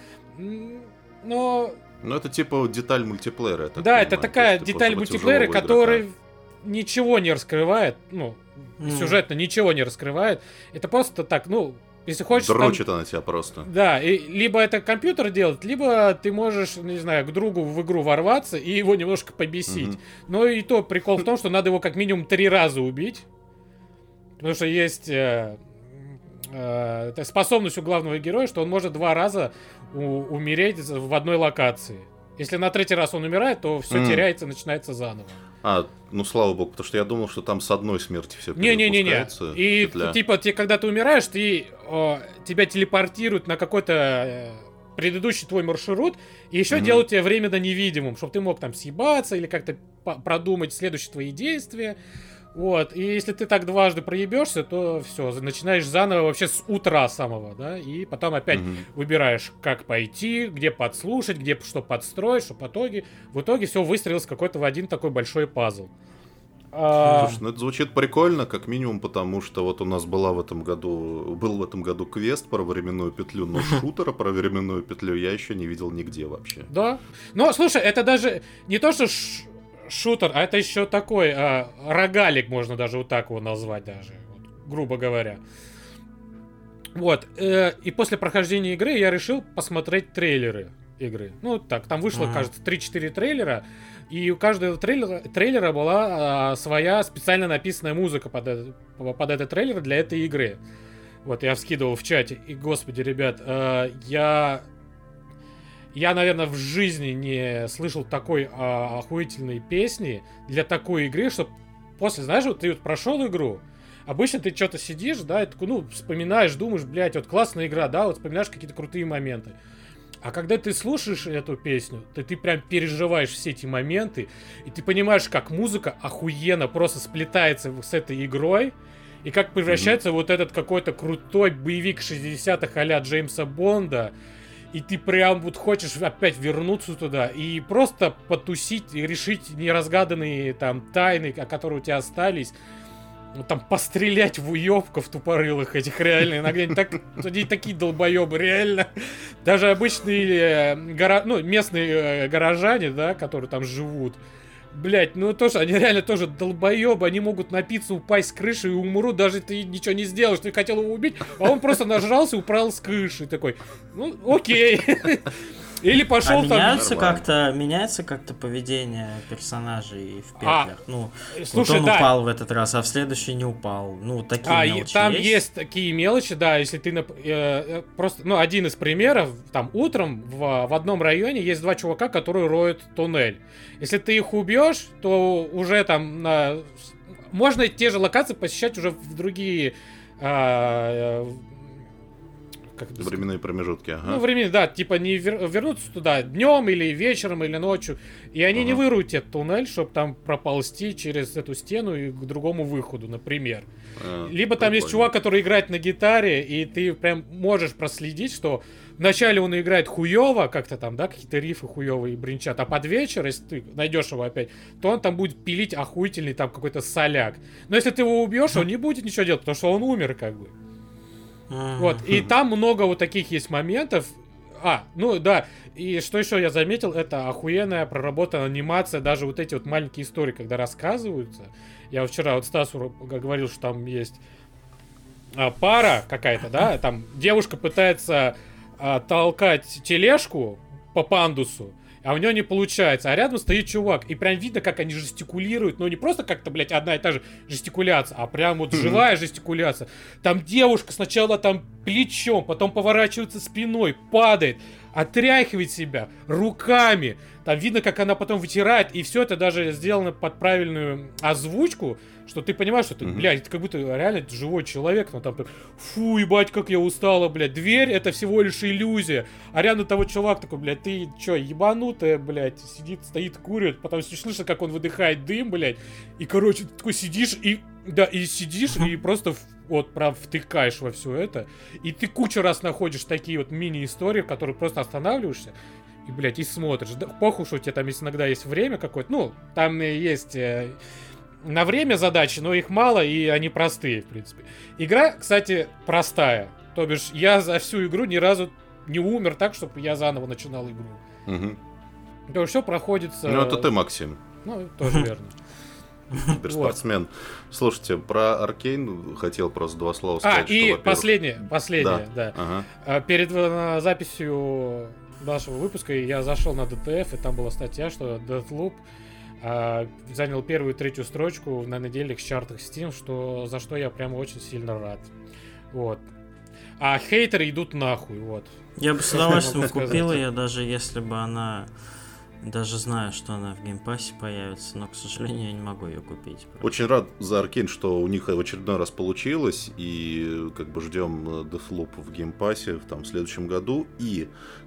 Но... Ну, это типа деталь мультиплеера. Да, понимаю. Это такая есть, деталь мультиплеера, который ничего не раскрывает, ну, mm. сюжетно ничего не раскрывает. Это просто так, ну, если хочешь... Дрочит там... она тебя просто. Да, и либо это компьютер делает, либо ты можешь, не знаю, к другу в игру ворваться и его немножко побесить. Mm-hmm. Но и то прикол в том, что надо его как минимум три раза убить. Потому что есть э, э, способность у главного героя, что он может два раза у- умереть в одной локации. Если на третий раз он умирает, то все mm. теряется, начинается заново. А, ну слава богу, потому что я думал, что там с одной смерти все перезапускается. Не-не-не. И петля. Типа, ты, когда ты умираешь, ты, о, тебя телепортируют на какой-то э, предыдущий твой маршрут, и еще mm-hmm. делают тебя временно невидимым, чтобы ты мог там съебаться или как-то по- продумать следующие твои действия. Вот, и если ты так дважды проебешься, то все, начинаешь заново вообще с утра самого, да, и потом опять mm-hmm. выбираешь, как пойти, где подслушать, где что подстроить, чтобы в итоге, в итоге все выстроилось какой-то в один такой большой пазл. А... Слушай, ну это звучит прикольно, как минимум, потому что вот у нас была в этом году, был в этом году квест про временную петлю, но шутера про временную петлю я еще не видел нигде вообще. Да, но слушай, это даже не то, что... Ш... шутер, а это еще такой а, рогалик, можно даже вот так его назвать даже, вот, грубо говоря. Вот, э, и после прохождения игры я решил посмотреть трейлеры игры. Ну, так, там вышло, mm-hmm. кажется, три-четыре трейлера, и у каждого трейлера, трейлера была а, своя специально написанная музыка под, это, под этот трейлер для этой игры. Вот, я вскидывал в чате, и, господи, ребят, э, я... Я, наверное, в жизни не слышал такой а, охуительной песни для такой игры, что после, знаешь, вот ты вот прошел игру, обычно ты что-то сидишь, да, и такой, ну, вспоминаешь, думаешь, блядь, вот классная игра, да, вот вспоминаешь какие-то крутые моменты. А когда ты слушаешь эту песню, то ты прям переживаешь все эти моменты, и ты понимаешь, как музыка охуенно просто сплетается с этой игрой, и как превращается mm-hmm. вот этот какой-то крутой боевик шестидесятых а-ля Джеймса Бонда. И ты прям вот хочешь опять вернуться туда и просто потусить и решить неразгаданные там тайны, которые у тебя остались. Ну, там пострелять в уёбков тупорылых этих, реально. Иногда они, так, они такие долбоёбы, реально. Даже обычные гора... ну, местные горожане, да, которые там живут. Блять, ну тоже, они реально тоже долбоёбы, они могут напиться, упасть с крыши и умрут, даже ты ничего не сделаешь, ты хотел его убить, а он просто нажрался и упал с крыши, такой, ну окей. Или пошел а там... меняется как-то, меняется как-то поведение персонажей в петлях? А, ну, слушай, вот он да. упал в этот раз, а в следующий не упал. Ну, такие а, мелочи там есть? есть такие мелочи, да, если ты... Э, просто, ну, один из примеров, там, утром в, в одном районе есть два чувака, которые роют туннель. Если ты их убьешь, то уже там... На... Можно те же локации посещать уже в другие... Э, как временные промежутки, ага. Ну, временные, да, типа не вер... вернуться туда днем или вечером или ночью. И они ага. не выруют этот туннель, чтобы там проползти через эту стену и к другому выходу, например. А, Либо там есть чувак, который играет на гитаре, и ты прям можешь проследить, что вначале он играет хуёво, как-то там, да, какие-то рифы хуёвые бренчат, а под вечер, если ты найдешь его опять, то он там будет пилить охуительный там какой-то соляк. Но если ты его убьешь, он не будет ничего делать, потому что он умер как бы. Вот, и там много вот таких есть моментов. А, ну да, и что еще я заметил, это охуенная проработанная анимация, даже вот эти вот маленькие истории, когда рассказываются. Я вчера вот Стасу говорил, что там есть а, пара какая-то, да, там девушка пытается а, толкать тележку по пандусу, а у него не получается, а рядом стоит чувак, и прям видно, как они жестикулируют, но не просто как-то, блядь, одна и та же жестикуляция, а прям вот живая жестикуляция. Там девушка сначала там плечом, потом поворачивается спиной, падает, отряхивает себя руками, там видно, как она потом вытирает, и все это даже сделано под правильную озвучку, что ты понимаешь, что ты, Мгм. блядь, это как будто реально это живой человек, но там, фу, ебать, как я устала, блядь, дверь это всего лишь иллюзия, а рядом того чувак такой, блядь, ты чё, ебанутая, блядь, сидит, стоит, курит, потом слышно, как он выдыхает дым, блядь, и, короче, ты такой сидишь и, да, и сидишь, и просто, вот, прям втыкаешь во все это, и ты кучу раз находишь такие вот мини-истории, в которых просто останавливаешься, и, блядь, и смотришь. Да, похуй, что у тебя там есть, иногда есть время какое-то. Ну, там и есть э, на время задачи, но их мало, и они простые, в принципе. Игра, кстати, простая. То бишь, я за всю игру ни разу не умер так, чтобы я заново начинал игру. Мгм. То есть все проходится... Ну, это ты, Максим, Ну, тоже верно. киберспортсмен. Слушайте, про Аркейн хотел просто два слова А, сказать. что, и во-первых, последнее, последнее, да. Ага. А, Перед э, записью нашего выпуска я зашел на ди ти эф, и там была статья, что Deathloop а, занял первую и третью строчку на недельных чартах Steam, что, за что я прямо очень сильно рад. Вот. А хейтеры идут нахуй, вот. Я бы с Что я удовольствием могу сказать? купил ее, даже если бы она... Даже знаю, что она в геймпассе появится, но, к сожалению, я не могу ее купить. просто. Очень рад за Аркейн, что у них в очередной раз получилось, и как бы ждем Deathloop в геймпассе в, там, в следующем году. И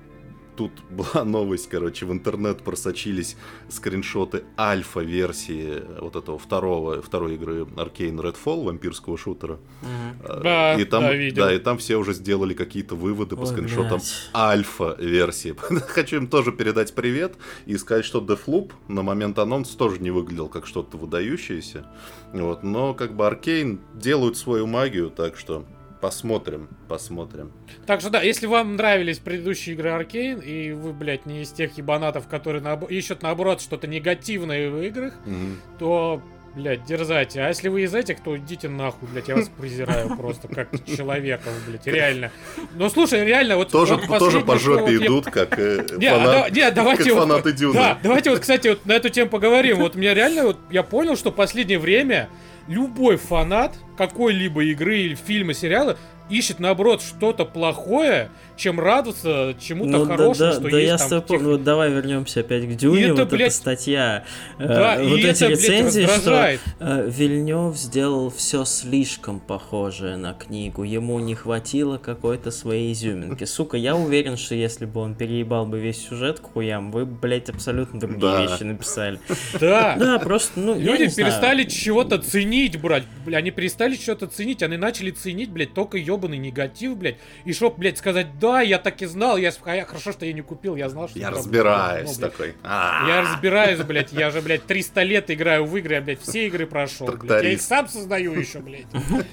тут была новость, короче, в интернет просочились скриншоты альфа-версии вот этого второго, второй игры Arcane Redfall, вампирского шутера. Мгм. Да, и там, да, видел. и там все уже сделали какие-то выводы по Ой, скриншотам блядь. альфа-версии. Хочу им тоже передать привет и сказать, что Deathloop на момент анонса тоже не выглядел как что-то выдающееся. Вот. Но как бы Arcane делают свою магию, так что посмотрим, посмотрим. Так что да, если вам нравились предыдущие игры Arcane, и вы, блядь, не из тех ебанатов, которые наоб- ищут, наоборот, что-то негативное в играх, Мгм. то, блядь, дерзайте. А если вы из этих, то идите нахуй, блядь, я вас презираю просто как человека, блядь, реально. Ну, слушай, реально, вот... Тоже, вот тоже по последнее, что жопе вот я- идут, как э, Не, а фанат- да- не, давайте как вот- фанаты Дюны. Да, давайте вот, кстати, вот на эту тему поговорим. Вот мне реально, вот я понял, что в последнее время любой фанат какой-либо игры или фильма, сериала ищет, наоборот, что-то плохое, чем радоваться чему-то Ну, да, хорошему, да, что да, есть я там с тобой в тех- помню. Вот давай вернемся опять к Дюне. И это, вот блядь, эта статья. э, Да, вот и эти это, блядь, рецензии, что раздражает. э, Вильнёв сделал все слишком похожее на книгу. Ему не хватило какой-то своей изюминки. Сука, я уверен, что если бы он переебал бы весь сюжет к хуям, вы, блядь, абсолютно другие Да. вещи написали. Да. Да, просто, ну, я Люди не знаю. перестали чего-то ценить, брать. Бля, они перестали что-то ценить, они начали ценить, блядь, только ебаный негатив, блядь. И чтоб, блядь, сказать, да, я так и знал, я, с- а я- хорошо, что я не купил, я знал, что... Я там, разбираюсь ну, блядь, такой. А, Я разбираюсь, блядь, я же, блядь, триста лет играю в игры, я, блядь, все игры прошел, блядь. Я их Тракторист. сам создаю еще, блядь.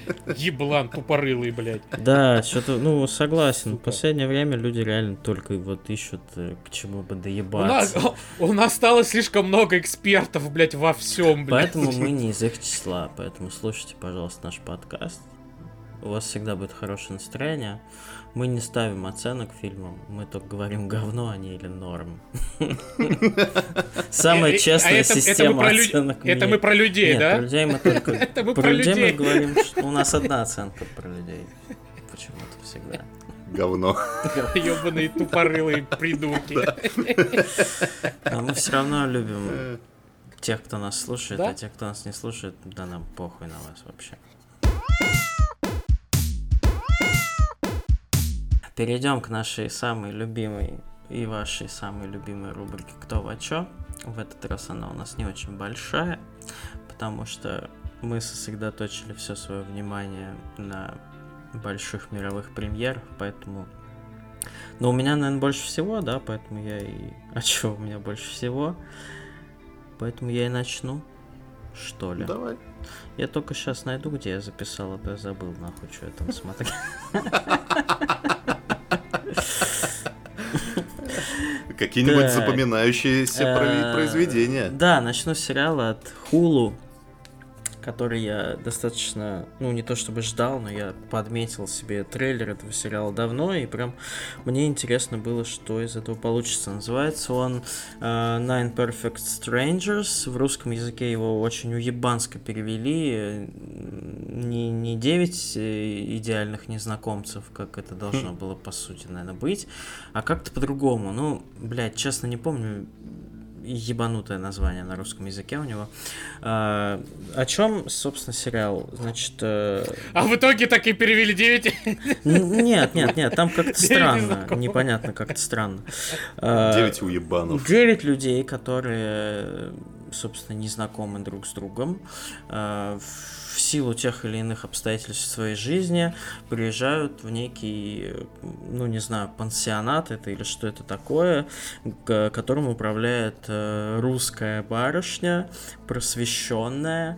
Еблан тупорылый, блядь. Да, что-то, ну, согласен. В Сука. последнее время люди реально только вот ищут, э, к чему бы У нас, доебаться. у нас стало слишком много экспертов, блядь, во всем, блядь. Поэтому мы не из их числа. Поэтому слушайте, пожалуйста, наш подкаст. У вас всегда будет хорошее настроение. Мы не ставим оценок фильмам. Мы только говорим говно, а не или норм. Самая Э, э, а честная это- это мы система про лю- оценок в Это мире. мы про людей, Нет, да? про людей мы только... Это мы Про про людей мы людей. говорим, что у нас одна оценка про людей. Почему-то всегда. говно. Ебаные тупорылые придурки. А мы все равно любим тех, кто нас слушает, Да? а тех, кто нас не слушает, да нам похуй на вас вообще. Перейдем к нашей самой любимой и вашей самой любимой рубрике «Кто во чё?». В этот раз она у нас не очень большая, потому что мы сосредоточили все свое внимание на больших мировых премьерах, поэтому... Но у меня, наверное, больше всего, да, поэтому я и... А чё у меня больше всего? Поэтому я и начну, что ли. Давай. Я только сейчас найду, где я записал, а то я забыл, нахуй, что я там смотрел. Какие-нибудь Так. запоминающиеся Э, про- произведения. Да, начну с сериала от Hulu, который я достаточно, ну, не то чтобы ждал, но я подметил себе трейлер этого сериала давно, и прям мне интересно было, что из этого получится. Называется он э, Nine Perfect Strangers. В русском языке его очень уебанско перевели. э, Не, не девять э, идеальных незнакомцев, как это должно было, по сути, наверное, быть, а как-то по-другому. Ну, блядь, честно не помню. ебанутое название на русском языке у него. А, о чем, собственно, сериал? Значит... Э... А в итоге так и перевели девять? Нет, нет, нет, там как-то странно. Непонятно, как-то странно. девять уебанов. девять людей, которые, собственно, не знакомы друг с другом, в силу тех или иных обстоятельств своей жизни приезжают в некий, ну не знаю, пансионат это или что это такое, которым управляет русская барышня, просвещенная,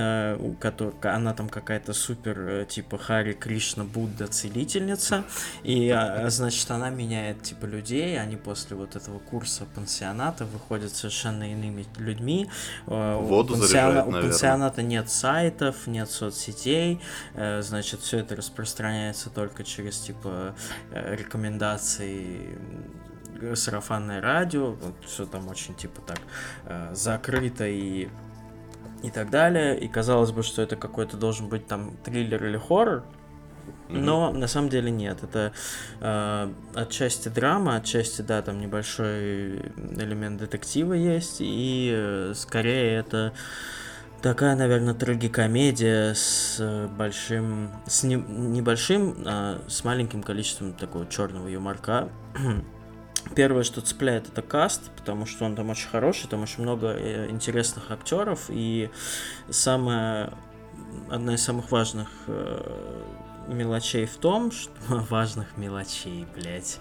она там какая-то супер типа Хари Кришна Будда целительница, и значит она меняет типа людей, они после вот этого курса пансионата выходят совершенно иными людьми. Воду у, пансиона... заряжает, у наверное. пансионата нет сайтов, нет соцсетей, значит, все это распространяется только через, типа, рекомендации сарафанное радио, вот, все там очень, типа, так, закрыто и и так далее, и казалось бы, что это какой-то должен быть там триллер или хоррор, но mm-hmm. на самом деле нет, это э, отчасти драма, отчасти, да, там небольшой элемент детектива есть, и э, скорее это такая, наверное, трагикомедия с большим, с не, небольшим, а с маленьким количеством такого черного юморка. Первое, что цепляет, это каст, потому что он там очень хороший, там очень много интересных актеров, и самое, одна из самых важных мелочей в том, что... Важных мелочей, блять.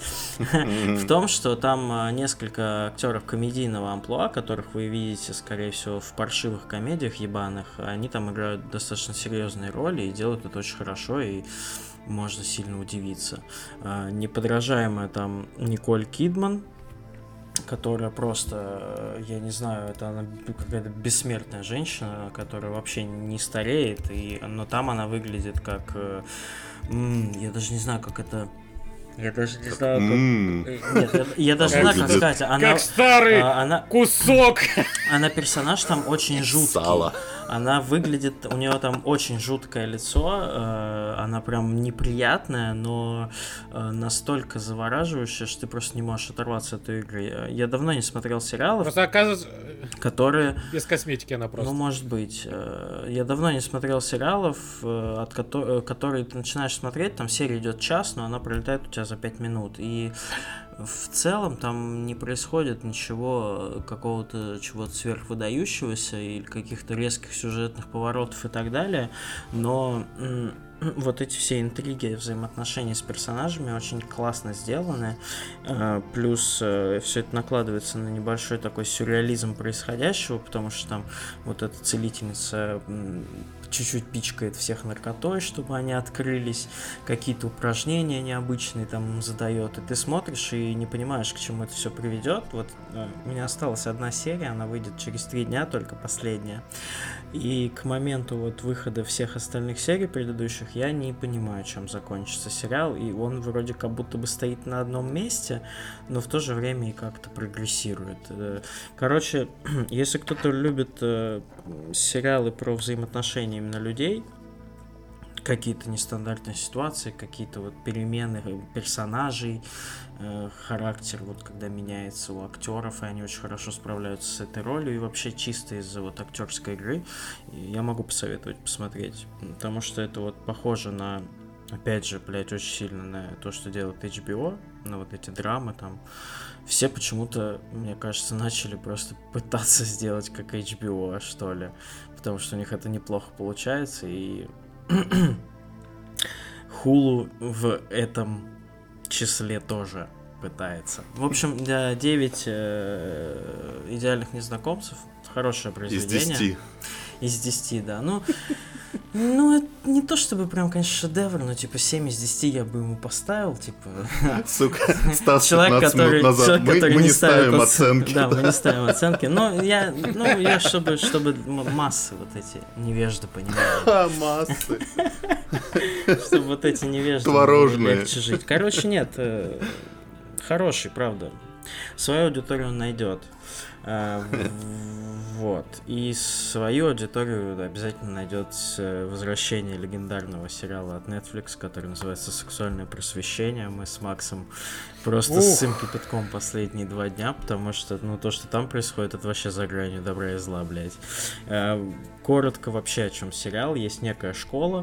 В том, что там несколько актеров комедийного амплуа, которых вы видите, скорее всего, в паршивых комедиях ебаных, они там играют достаточно серьезные роли и делают это очень хорошо, и можно сильно удивиться. Неподражаемая там Николь Кидман, которая просто, я не знаю, это она какая-то бессмертная женщина, которая вообще не стареет, и, но там она выглядит как... М- я даже не знаю, как это... Я даже не знаю, как... Mm. Нет, я, я даже не знаю, как сказать. Она, как старый а, она, кусок! Она персонаж там очень жуткий. Сало. Она выглядит, у нее там очень жуткое лицо, э, она прям неприятная, но э, настолько завораживающая, что ты просто не можешь оторваться от этой игры. Я давно не смотрел сериалов, просто оказывается, которые... Без косметики она просто. Ну, может быть. Э, я давно не смотрел сериалов, э, от ко- которые ты начинаешь смотреть, там серия идет час, но она пролетает у тебя за пять минут. И в целом там не происходит ничего, какого-то чего-то сверхвыдающегося или каких-то резких сюжетных поворотов и так далее, но м- вот эти все интриги, взаимоотношения с персонажами очень классно сделаны, э, плюс э, все это накладывается на небольшой такой сюрреализм происходящего, потому что там вот эта целительница м- чуть-чуть пичкает всех наркотой, чтобы они открылись, какие-то упражнения необычные там задает, и ты смотришь и не понимаешь, к чему это все приведет. Вот э, у меня осталась одна серия, она выйдет через три дня, только последняя, и к моменту вот выхода всех остальных серий предыдущих я не понимаю, чем закончится сериал, и он вроде как будто бы стоит на одном месте, но в то же время и как-то прогрессирует. Короче, если кто-то любит э, сериалы про взаимоотношения именно людей, какие-то нестандартные ситуации, какие-то вот перемены персонажей, э, характер, вот когда меняется у актеров, и они очень хорошо справляются с этой ролью, и вообще чисто из-за вот актерской игры, я могу посоветовать посмотреть, потому что это вот похоже на, опять же, блять, очень сильно на то, что делает эйч би о, на вот эти драмы там. Все почему-то, мне кажется, начали просто пытаться сделать как эйч би о, что ли, потому что у них это неплохо получается, и Hulu в этом числе тоже пытается. В общем, девять э, идеальных незнакомцев. Хорошее произведение. Из десяти. Из десяти, да. Ну, ну, это не то чтобы прям, конечно, шедевр, но типа семь из десяти я бы ему поставил, типа... Сука, Стас, человек, который, назад. человек, мы, который мы не, не ставим оц... оценки. Да, мы не ставим оценки. Но я, ну, я чтобы, чтобы массы вот эти невежды понимали. А, массы. Чтобы вот эти невежды Творожные. легче жить. Короче, нет, хороший, правда. Свою аудиторию он найдет. А, вот. И свою аудиторию обязательно найдет возвращение легендарного сериала от Netflix, который называется «Сексуальное просвещение». Мы с Максом просто Ух. ссым кипятком последние два дня, потому что, ну, то, что там происходит, это вообще за гранью добра и зла, блядь. А, коротко вообще о чем сериал. Есть некая школа,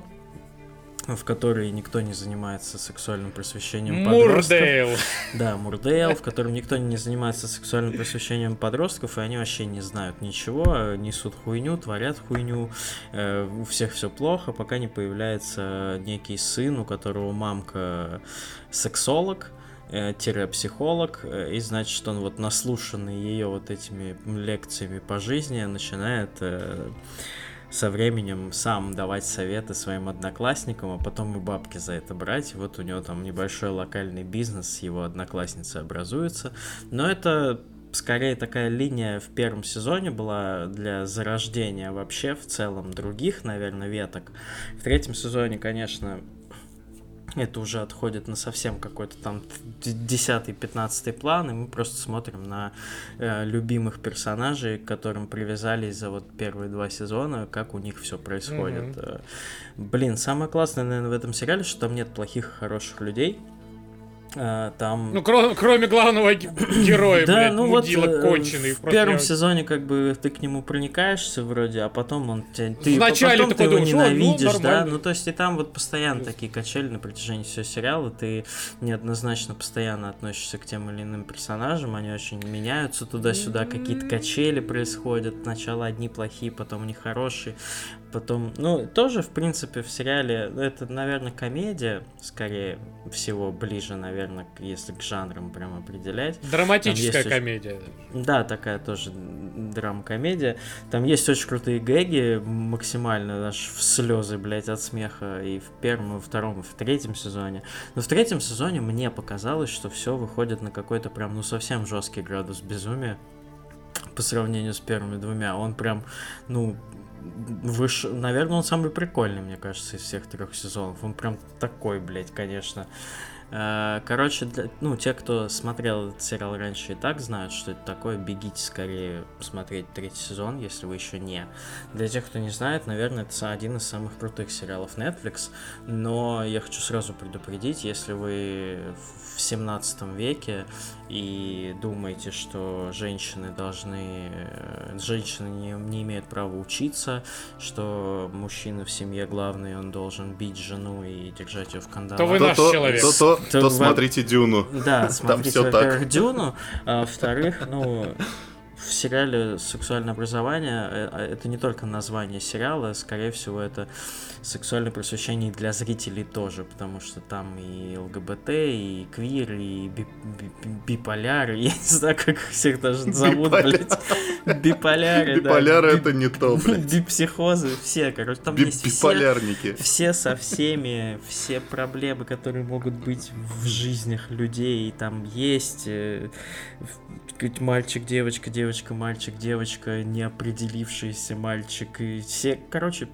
в которой никто не занимается сексуальным просвещением подростков. Мурдейл. Да, Мурдейл, в котором никто не занимается сексуальным просвещением подростков, и они вообще не знают ничего, несут хуйню, творят хуйню, э, у всех все плохо, пока не появляется некий сын, у которого мамка сексолог, психолог, и значит, он вот наслушанный ее вот этими лекциями по жизни начинает э, со временем сам давать советы своим одноклассникам, а потом и бабки за это брать. И вот у него там небольшой локальный бизнес с его одноклассницей образуется. Но это скорее такая линия в первом сезоне была для зарождения вообще в целом других, наверное, веток. В третьем сезоне, конечно, это уже отходит на совсем какой-то там десятый-пятнадцатый план, и мы просто смотрим на э, любимых персонажей, к которым привязались за вот первые два сезона, как у них все происходит. Mm-hmm. Блин, самое классное, наверное, в этом сериале, что там нет плохих и хороших людей. Там... Ну, кроме, кроме главного героя, да, блядь, ну мудила вот, конченый. В первом я... сезоне как бы ты к нему проникаешься вроде, а потом он ты, Вначале потом ты его думаешь, ненавидишь, ну, да, ну то есть и там вот постоянно такие качели на протяжении всего сериала, ты неоднозначно постоянно относишься к тем или иным персонажам, они очень меняются туда-сюда, какие-то качели происходят, сначала одни плохие, потом они хорошие, потом, ну, тоже, в принципе, в сериале, это, наверное, комедия, скорее всего, ближе, наверное, если к жанрам прям определять. Драматическая очень... комедия. Да, такая тоже драм-комедия. Там есть очень крутые гэги, максимально аж в слезы, блядь, от смеха и в первом, и во втором, и в третьем сезоне. Но в третьем сезоне мне показалось, что все выходит на какой-то прям, ну, совсем жесткий градус безумия по сравнению с первыми двумя. Он прям, ну... Выш... Наверное, он самый прикольный, мне кажется, из всех трех сезонов. Он прям такой, блядь, конечно. Короче, для... ну, те, кто смотрел этот сериал раньше, и так знают, что это такое. Бегите скорее смотреть третий сезон, если вы еще не. Для тех, кто не знает, наверное, это один из самых крутых сериалов Netflix. Но я хочу сразу предупредить, если вы в семнадцатом веке и думаете, что женщины должны... Женщины не, не имеют права учиться, что мужчина в семье главный, он должен бить жену и держать ее в кандалах. То вы наш то, человек. То, то, то, то в... смотрите Дюну. Да, смотрите, во-первых, так. Дюну, а во-вторых, ну... В сериале «Сексуальное образование» это не только название сериала, скорее всего, это сексуальное просвещение для зрителей тоже, потому что там и ЛГБТ, и квир, и би- би- биполяры, я не знаю, как их всех даже зовут, блядь. Биполяры, да. Биполяры это не то, блядь. Бипсихозы, все, короче, там есть все, биполярники. Все со всеми, все проблемы, которые могут быть в жизнях людей, там есть мальчик, девочка, девочка, мальчик, девочка, неопределившийся мальчик, и все, короче,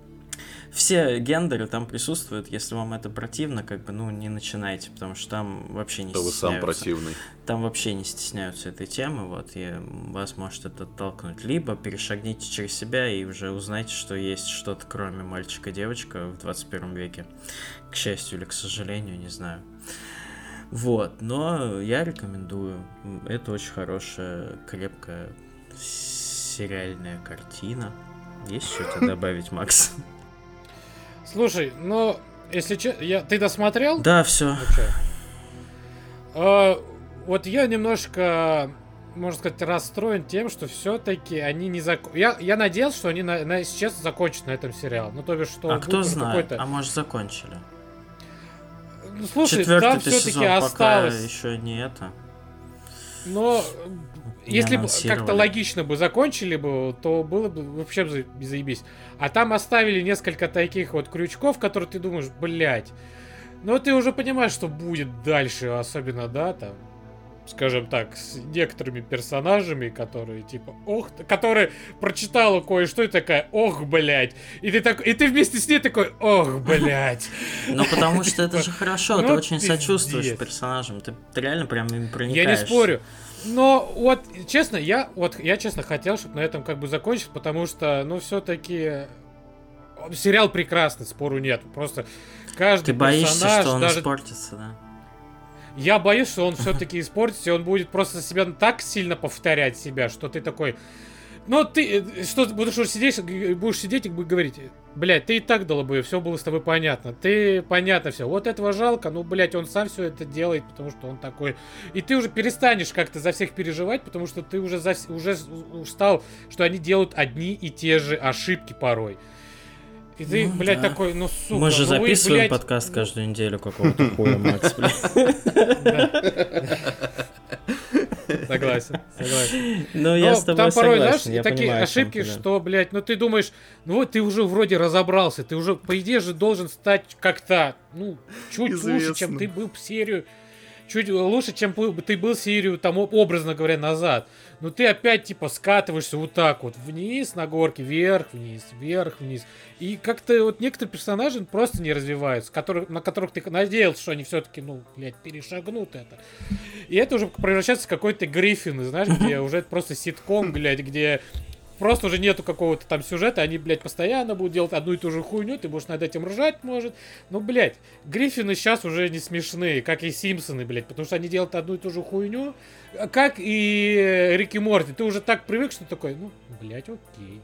все гендеры там присутствуют. Если вам это противно, как бы, ну, не начинайте, потому что там вообще не да стесняются. вы сам противный. Там вообще не стесняются этой темы, вот, и вас может это оттолкнуть. Либо перешагните через себя и уже узнайте, что есть что-то кроме мальчика-девочка в двадцать первом веке. К счастью или к сожалению, не знаю. Вот, но я рекомендую. Это очень хорошая, крепкая сериальная картина. Есть что-то добавить, Макс? Слушай, ну, если честно, я... ты досмотрел? Да, все. А, вот я немножко, можно сказать, расстроен тем, что все-таки они не зак... Я, я надеялся, что они на, на, сейчас закончат на этом сериал. Ну, то бишь, что... А кто знает, какой-то... а может закончили. Ну, слушай, четвертый там все-таки сезон осталось. Пока еще не это. Но не если бы как-то логично бы закончили бы, то было бы вообще заебись. А там оставили несколько таких вот крючков, которые ты думаешь, блять. Ну ты уже понимаешь, что будет дальше, особенно, да, там. скажем так, с некоторыми персонажами, которые типа, ох, которые прочитала кое-что и такая, ох, блядь. И ты так, и ты вместе с ней такой, ох, блядь. Ну потому что это же хорошо, ты Ну, очень пиздец. сочувствуешь персонажам, ты ты реально прям им проникаешься. Я не спорю. Но вот, честно, я вот я честно хотел, чтобы на этом как бы закончить, потому что, ну, все-таки сериал прекрасный, спору нет. Просто каждый Ты боишься, персонаж, что он даже испортится, да? я боюсь, что он все-таки испортится, и он будет просто себя так сильно повторять себя, что ты такой. Ну, ты что будешь сидеть, будешь сидеть и говорить, блядь, ты и так долбоёб, все было с тобой понятно. Ты понятно все. Вот этого жалко, ну, блядь, он сам все это делает, потому что он такой. И ты уже перестанешь как-то за всех переживать, потому что ты уже, за, уже устал, что они делают одни и те же ошибки порой. И ты, Ну, блядь, да. такой, ну, сука, Мы же ну вы, записываем блядь, подкаст каждую неделю какого-то хуя, Макс, блядь. Согласен, согласен. Ну, я Но с тобой там порой, согласен, знаешь, я такие понимаю, о чём ошибки, ты, да. что, блядь, ну ты думаешь, ну вот ты уже вроде разобрался, ты уже, по идее же, должен стать как-то, ну, чуть лучше, чем Известным. ты был в серию, чуть лучше, чем был- ты был серию, там, образно говоря, назад. Но ты опять, типа, скатываешься вот так вот, вниз на горке, вверх, вниз, вверх, вниз. И как-то вот некоторые персонажи просто не развиваются, которых, на которых ты надеялся, что они все-таки, ну, блядь, перешагнут это. И это уже превращается в какой-то Гриффин, знаешь, где уже просто ситком, блядь, где просто уже нету какого-то там сюжета, они, блядь, постоянно будут делать одну и ту же хуйню, ты будешь над этим ржать, может. Ну, блядь, Гриффины сейчас уже не смешные, как и Симпсоны, блядь, потому что они делают одну и ту же хуйню, как и Рик и Морти. Ты уже так привык, что такой, ну, блядь, окей.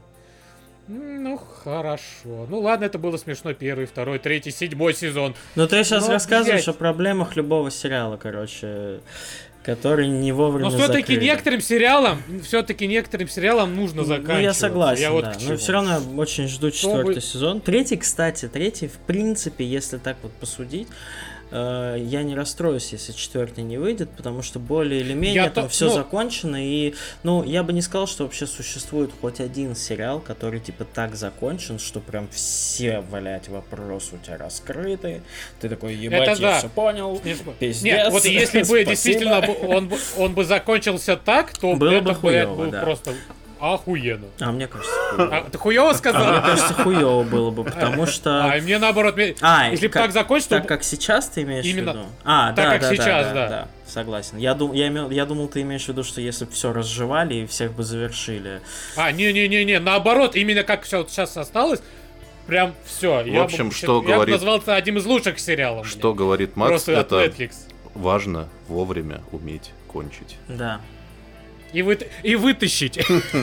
Ну, хорошо. Ну, ладно, это было смешно. Первый, второй, третий, седьмой сезон. Ну, ты сейчас Но, рассказываешь блядь. о проблемах любого сериала, короче, который не вовремя Но все-таки закрыли. некоторым сериалам, все-таки некоторым сериалам нужно заканчивать. Ну, я согласен, я вот да. к Но чему. все равно я очень жду четвертый Чтобы- сезон. Третий, кстати, третий, в принципе, если так вот посудить, э, я не расстроюсь, если четвертый не выйдет, потому что более или менее Я там то- все ну- закончено. И, ну, я бы не сказал, что вообще существует хоть один сериал, который, типа, так закончен, что прям все, блядь, вопросы у тебя раскрыты. Ты такой, ебать, Это я да. все понял. Нет, Пиздец. Нет, вот если бы Спасибо. действительно бы он, бы- он бы закончился так, то Было это, бы блядь, хуёво, был да. просто охуенно. А мне кажется, хуёво. А, ты хуёво Мне сказал? кажется, хуёво было бы, потому что... А, и мне наоборот, мне- А, если бы как- так закончился, Так то... как сейчас ты имеешь Именно в виду? А, так, да, как да, сейчас, да, да. да, согласен. Я, дум, я, имел, я думал, ты имеешь в виду, что если бы все разжевали и всех бы завершили. А, не-не-не-не, наоборот, именно как все вот сейчас осталось, прям все. В общем, что я говорит- бы назвал это одним из лучших сериалов. Что блин. говорит Макс, Просто от это Netflix. важно вовремя уметь кончить. Да. И, вы, и вытащить.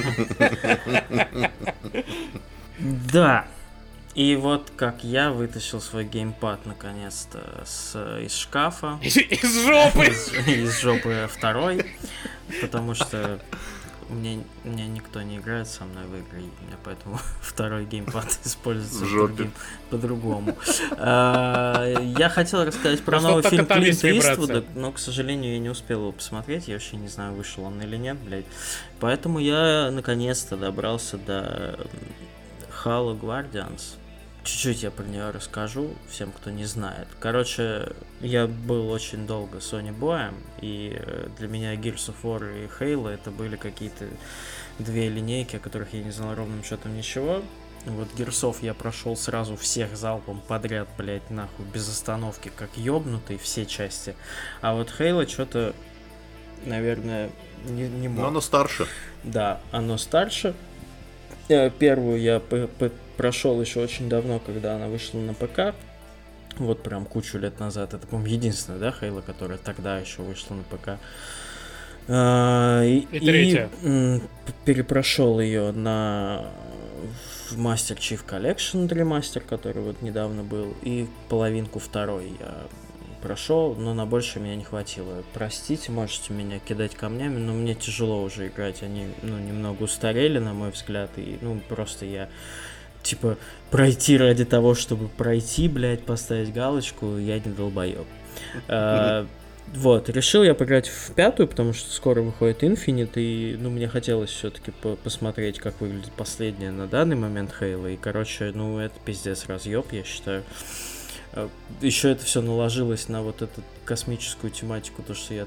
Да. И вот как я вытащил свой геймпад наконец-то с, из шкафа. Из жопы. Из, из жопы второй. Потому что мне, мне никто не играет со мной в игры, и у меня поэтому второй геймпад используется В жопе. другим- по-другому. А, Я хотел рассказать про Просто новый только фильм там есть Клинта вибрация. Иствуда, но, к сожалению, я не успел его посмотреть, я вообще не знаю, вышел он или нет, блядь. Поэтому я наконец-то добрался до Halo Guardians. Чуть-чуть я про нее расскажу всем, кто не знает. Короче, я был очень долго Sony боем, и э, для меня Gears of War и Halo это были какие-то две линейки, о которых я не знал ровным счетом ничего. Вот Gears'ов я прошел сразу всех залпом подряд, блять, нахуй, без остановки, как ёбнутый, все части. А вот Halo что-то, наверное, не, не мог. Но оно старше. Да, оно старше. Э, Первую я п- п- прошел еще очень давно, когда она вышла на ПК. Вот прям кучу лет назад. Это, по-моему, единственная, да, Хейла, которая тогда еще вышла на ПК. А, И, И третья. м, п- перепрошел ее на в Master Chief Collection ремастер, который вот недавно был, и половинку второй я прошел, но на больше меня не хватило. Простите, можете меня кидать камнями, но мне тяжело уже играть. Они, ну, немного устарели, на мой взгляд, и, ну, просто я, типа, пройти ради того, чтобы пройти, блядь, поставить галочку, я не долбоёб. А, Вот, решил я поиграть в пятую, потому что скоро выходит Infinite, и, ну, мне хотелось все-таки посмотреть, как выглядит последняя на данный момент Halo, и, короче, ну, это пиздец разъеб, я считаю. Еще это все наложилось на вот эту космическую тематику, то, что я там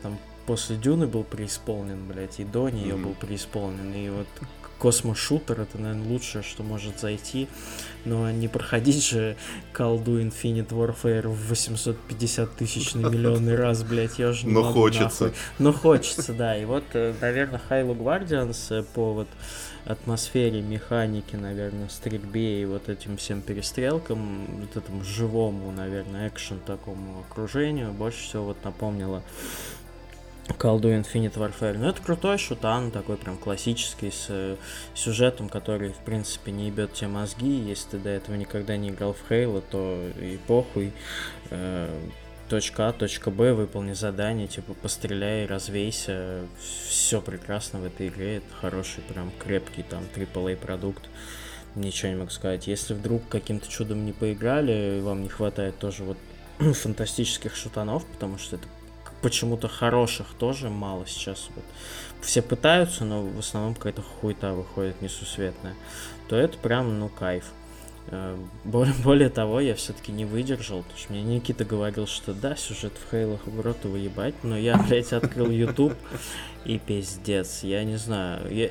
после Дюны был преисполнен, блядь, и до нее mm-hmm. был преисполнен, и вот космошутер — это, наверное, лучшее, что может зайти, но не проходить же колду Infinite Warfare в восемьсот пятьдесят тысячный миллионный раз, блядь, я уже не но могу, хочется. Нахуй. Но хочется, да, и вот, наверное, Halo Guardians по вот атмосфере, механике, наверное, стрельбе и вот этим всем перестрелкам, вот этому живому, наверное, экшен такому окружению больше всего вот напомнило колду Infinite Warfare. Ну, это крутой шутан, такой прям классический, с э, сюжетом, который, в принципе, не ебет тебе мозги. Если ты до этого никогда не играл в Halo, то и похуй. Э, точка А, точка Б, выполни задание, типа, постреляй, развейся. Все прекрасно в этой игре. Это хороший, прям крепкий, там, трипл эй продукт. Ничего не могу сказать. Если вдруг каким-то чудом не поиграли, вам не хватает тоже вот фантастических шутанов, потому что это почему-то хороших тоже мало сейчас. Вот. Все пытаются, но в основном какая-то хуйта выходит несусветная. То это прям, ну, кайф. Более, более того, я все-таки не выдержал, потому что мне Никита говорил, что да, сюжет в Хейлах в рот его ебать, но я, блядь, открыл YouTube и пиздец, я не знаю, я...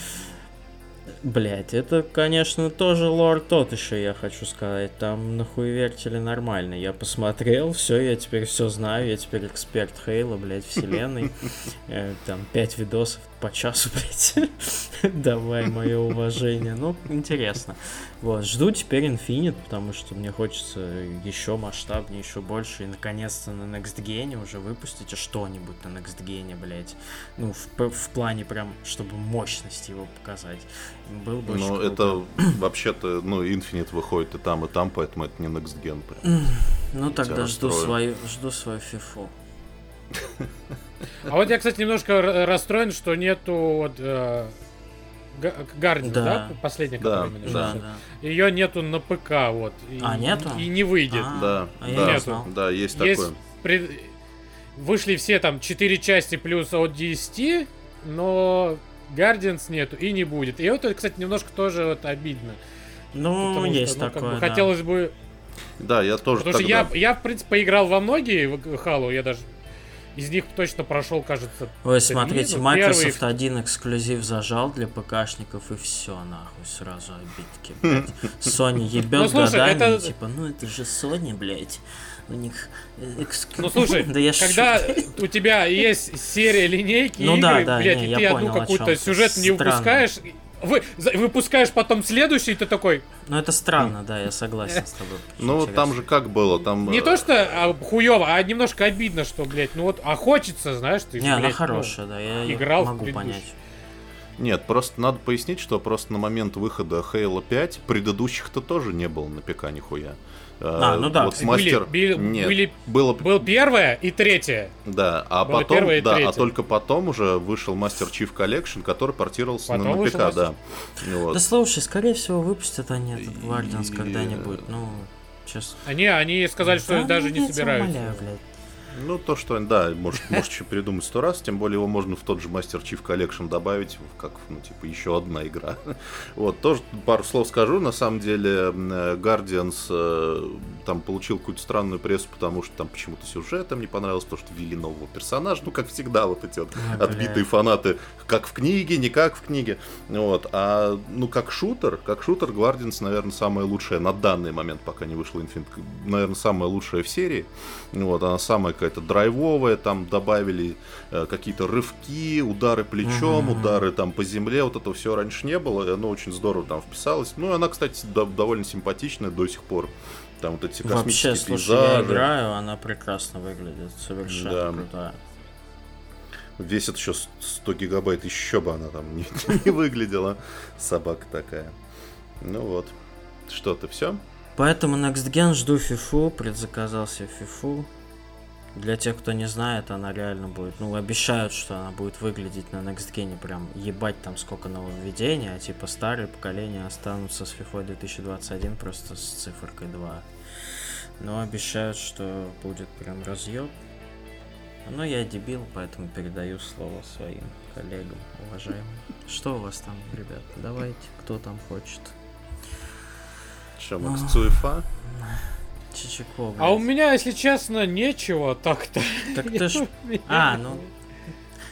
Блять, это, конечно, тоже лор тот еще, я хочу сказать. Там нахуевертили нормально. Я посмотрел, все, я теперь все знаю, я теперь эксперт Хейла, блять, вселенной. Там пять видосов по часу, блять. Давай, мое уважение. Ну, интересно. Вот, жду теперь Infinite, потому что мне хочется еще масштабнее, еще больше. И наконец-то на Next Gen уже выпустите что-нибудь на Next Gen, блять. Ну, в, в плане прям, чтобы мощность его показать. Был бы очень Ну, круто. это вообще-то, ну, Infinite выходит и там, и там, поэтому это не Next Gen. Прям. Ну, тогда Тебя жду расстрою. свою, жду свою фифу. А вот я, кстати, немножко р- расстроен, что нету вот э, Guardians, да. Да. Последняя, Да, которая именно Да, вышла. да. Ее нету на ПК, вот. И, А, нету? И не выйдет. А, Да, а я да, не знал. да, есть, Есть такое. пред- Вышли все там четыре части плюс от десяти, но Guardians нету и не будет. И вот это, кстати, немножко тоже вот обидно. Ну, Потому есть что, ну, как такое, бы, да. хотелось бы... Да, я тоже Потому тогда... что я, я, в принципе, поиграл во многие в Halo, я даже из них точно прошел, кажется, Ой, три, смотрите, ну, Microsoft первый- один эксклюзив зажал для ПКшников, и все, нахуй, сразу обидки, блядь. Sony ебет Ну, слушай, годами, это- типа, ну это же Sony, блядь. У них эксклюзив. Ну слушай, да я когда шучу. у тебя есть серия линейки Ну игры, да, да, блядь, не, и я ты одну понял, о какую-то чём. сюжет не Странно. выпускаешь, вы, за- выпускаешь потом следующий, и ты такой, Ну это странно, да, я согласен с тобой. Ну, Интересно. там же как было, там... не э, то что а, хуёво, а немножко обидно, что, блядь, ну вот, а хочется, знаешь, ты, Не, она блядь, ну, хорошая, да, я её играл в могу предыдущий. понять. Нет, просто надо пояснить, что просто на момент выхода Halo пять предыдущих-то тоже не было на ПК нихуя. А, ну да. Вот Были- мастер... были- Нет, были- было... Был первая и третья. Да, а было потом, первое и да, а третье. только потом уже вышел Master Chief Collection, который портировался на, Потом на вышел ПК, Master- да. Вот. Да слушай, скорее всего выпустят они этот И- Guardians когда-нибудь, ну, сейчас. Они, они сказали, что даже не собираются. Умоляю, блядь. Ну, то, что, да, может, может еще передумать сто раз, тем более его можно в тот же Master Chief Collection добавить, как, ну, типа, еще одна игра. Вот, тоже пару слов скажу, на самом деле, э, Guardians э, там получил какую-то странную прессу, потому что там почему-то сюжетом не понравилось, то, что ввели нового персонажа, ну, как всегда, вот эти вот А, отбитые блядь. фанаты, как в книге, не как в книге, вот, а, ну, как шутер, как шутер, Guardians, наверное, самая лучшая на данный момент, пока не вышла Infinite, наверное, самая лучшая в серии, вот, она самая какая-то драйвовая, там добавили э, какие-то рывки, удары плечом, Мгм. удары там по земле, вот этого всего раньше не было, и оно очень здорово там вписалось, ну, и она, кстати, до- довольно симпатичная до сих пор, там вот эти космические Вообще, слушай, я пейзажи. играю, она прекрасно выглядит, совершенно Да. крутая. Весит еще сто гигабайт, еще бы она там не, не выглядела. Собака такая. Ну вот. Что-то все? Поэтому Next Gen жду фифу, предзаказал себе фифу. Для тех, кто не знает, она реально будет, ну, обещают, что она будет выглядеть на Next Gen прям ебать там сколько нововведений, а типа старые поколения останутся с FIFA две тысячи двадцать один просто с циферкой два. Но обещают, что будет прям разъеб. Но я дебил, поэтому передаю слово своим коллегам, уважаемым. Что у вас там, ребят? Давайте, кто там хочет. Че, Макс Цуефа? Чичико, А у блядь. меня, если честно, нечего так-то. Так ты ж... А, ну...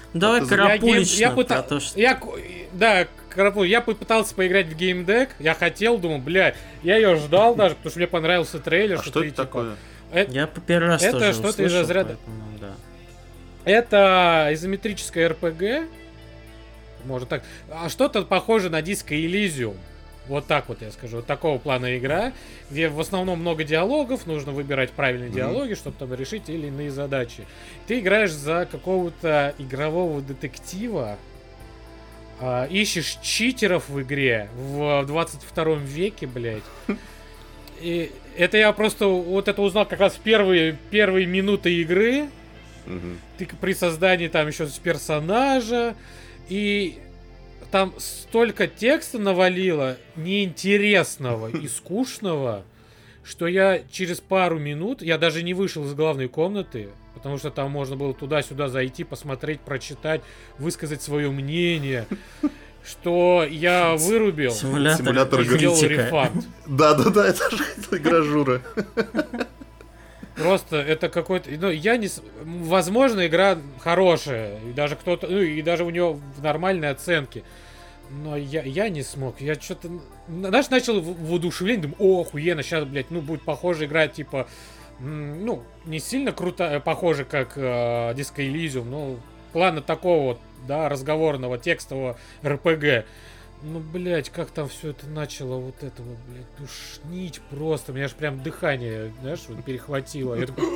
Давай ты за- карапулично Я, про пыта- то, что... я, да, карапу, я попытался поиграть в геймдек, я хотел, думал, бля, я ее ждал даже, потому что мне понравился трейлер. А что это типа, такое? это, Я по первый раз это тоже что-то из услышал, разряда- поэтому, да. это изометрическое эр пи джи, может так, а что-то похоже на Disco Elysium. Вот так вот я скажу, вот такого плана игра, где в основном много диалогов, нужно выбирать правильные Мгм. диалоги, чтобы там решить те или иные задачи. Ты играешь за какого-то игрового детектива, а, ищешь читеров в игре в двадцать втором веке, блядь. И это я просто вот это узнал как раз в первые, первые минуты игры. Мгм. Ты при создании там еще с персонажа, и там столько текста навалило неинтересного и скучного, что я через пару минут, я даже не вышел из главной комнаты, потому что там можно было туда-сюда зайти, посмотреть, прочитать, высказать свое мнение, что я вырубил Симулятор, Симулятор и сделал критика. рефанд. Да-да-да, это же игра Жура. Просто это какой-то, ну, я не, с- возможно, игра хорошая, и даже кто-то, ну, и даже у нее нормальные оценки, но я, я не смог, я что-то, знаешь, начал в воодушевление, думаю, о, охуенно, сейчас, блядь, ну, будет похоже играть, типа, м, ну, не сильно круто, похоже, как э, Disco Elysium, но плана такого вот, да, разговорного, текстового эр пи джи. Ну, блядь, как там все это начало вот это вот, блядь, душнить просто. У меня аж прям дыхание, знаешь, вот перехватило. Я такой...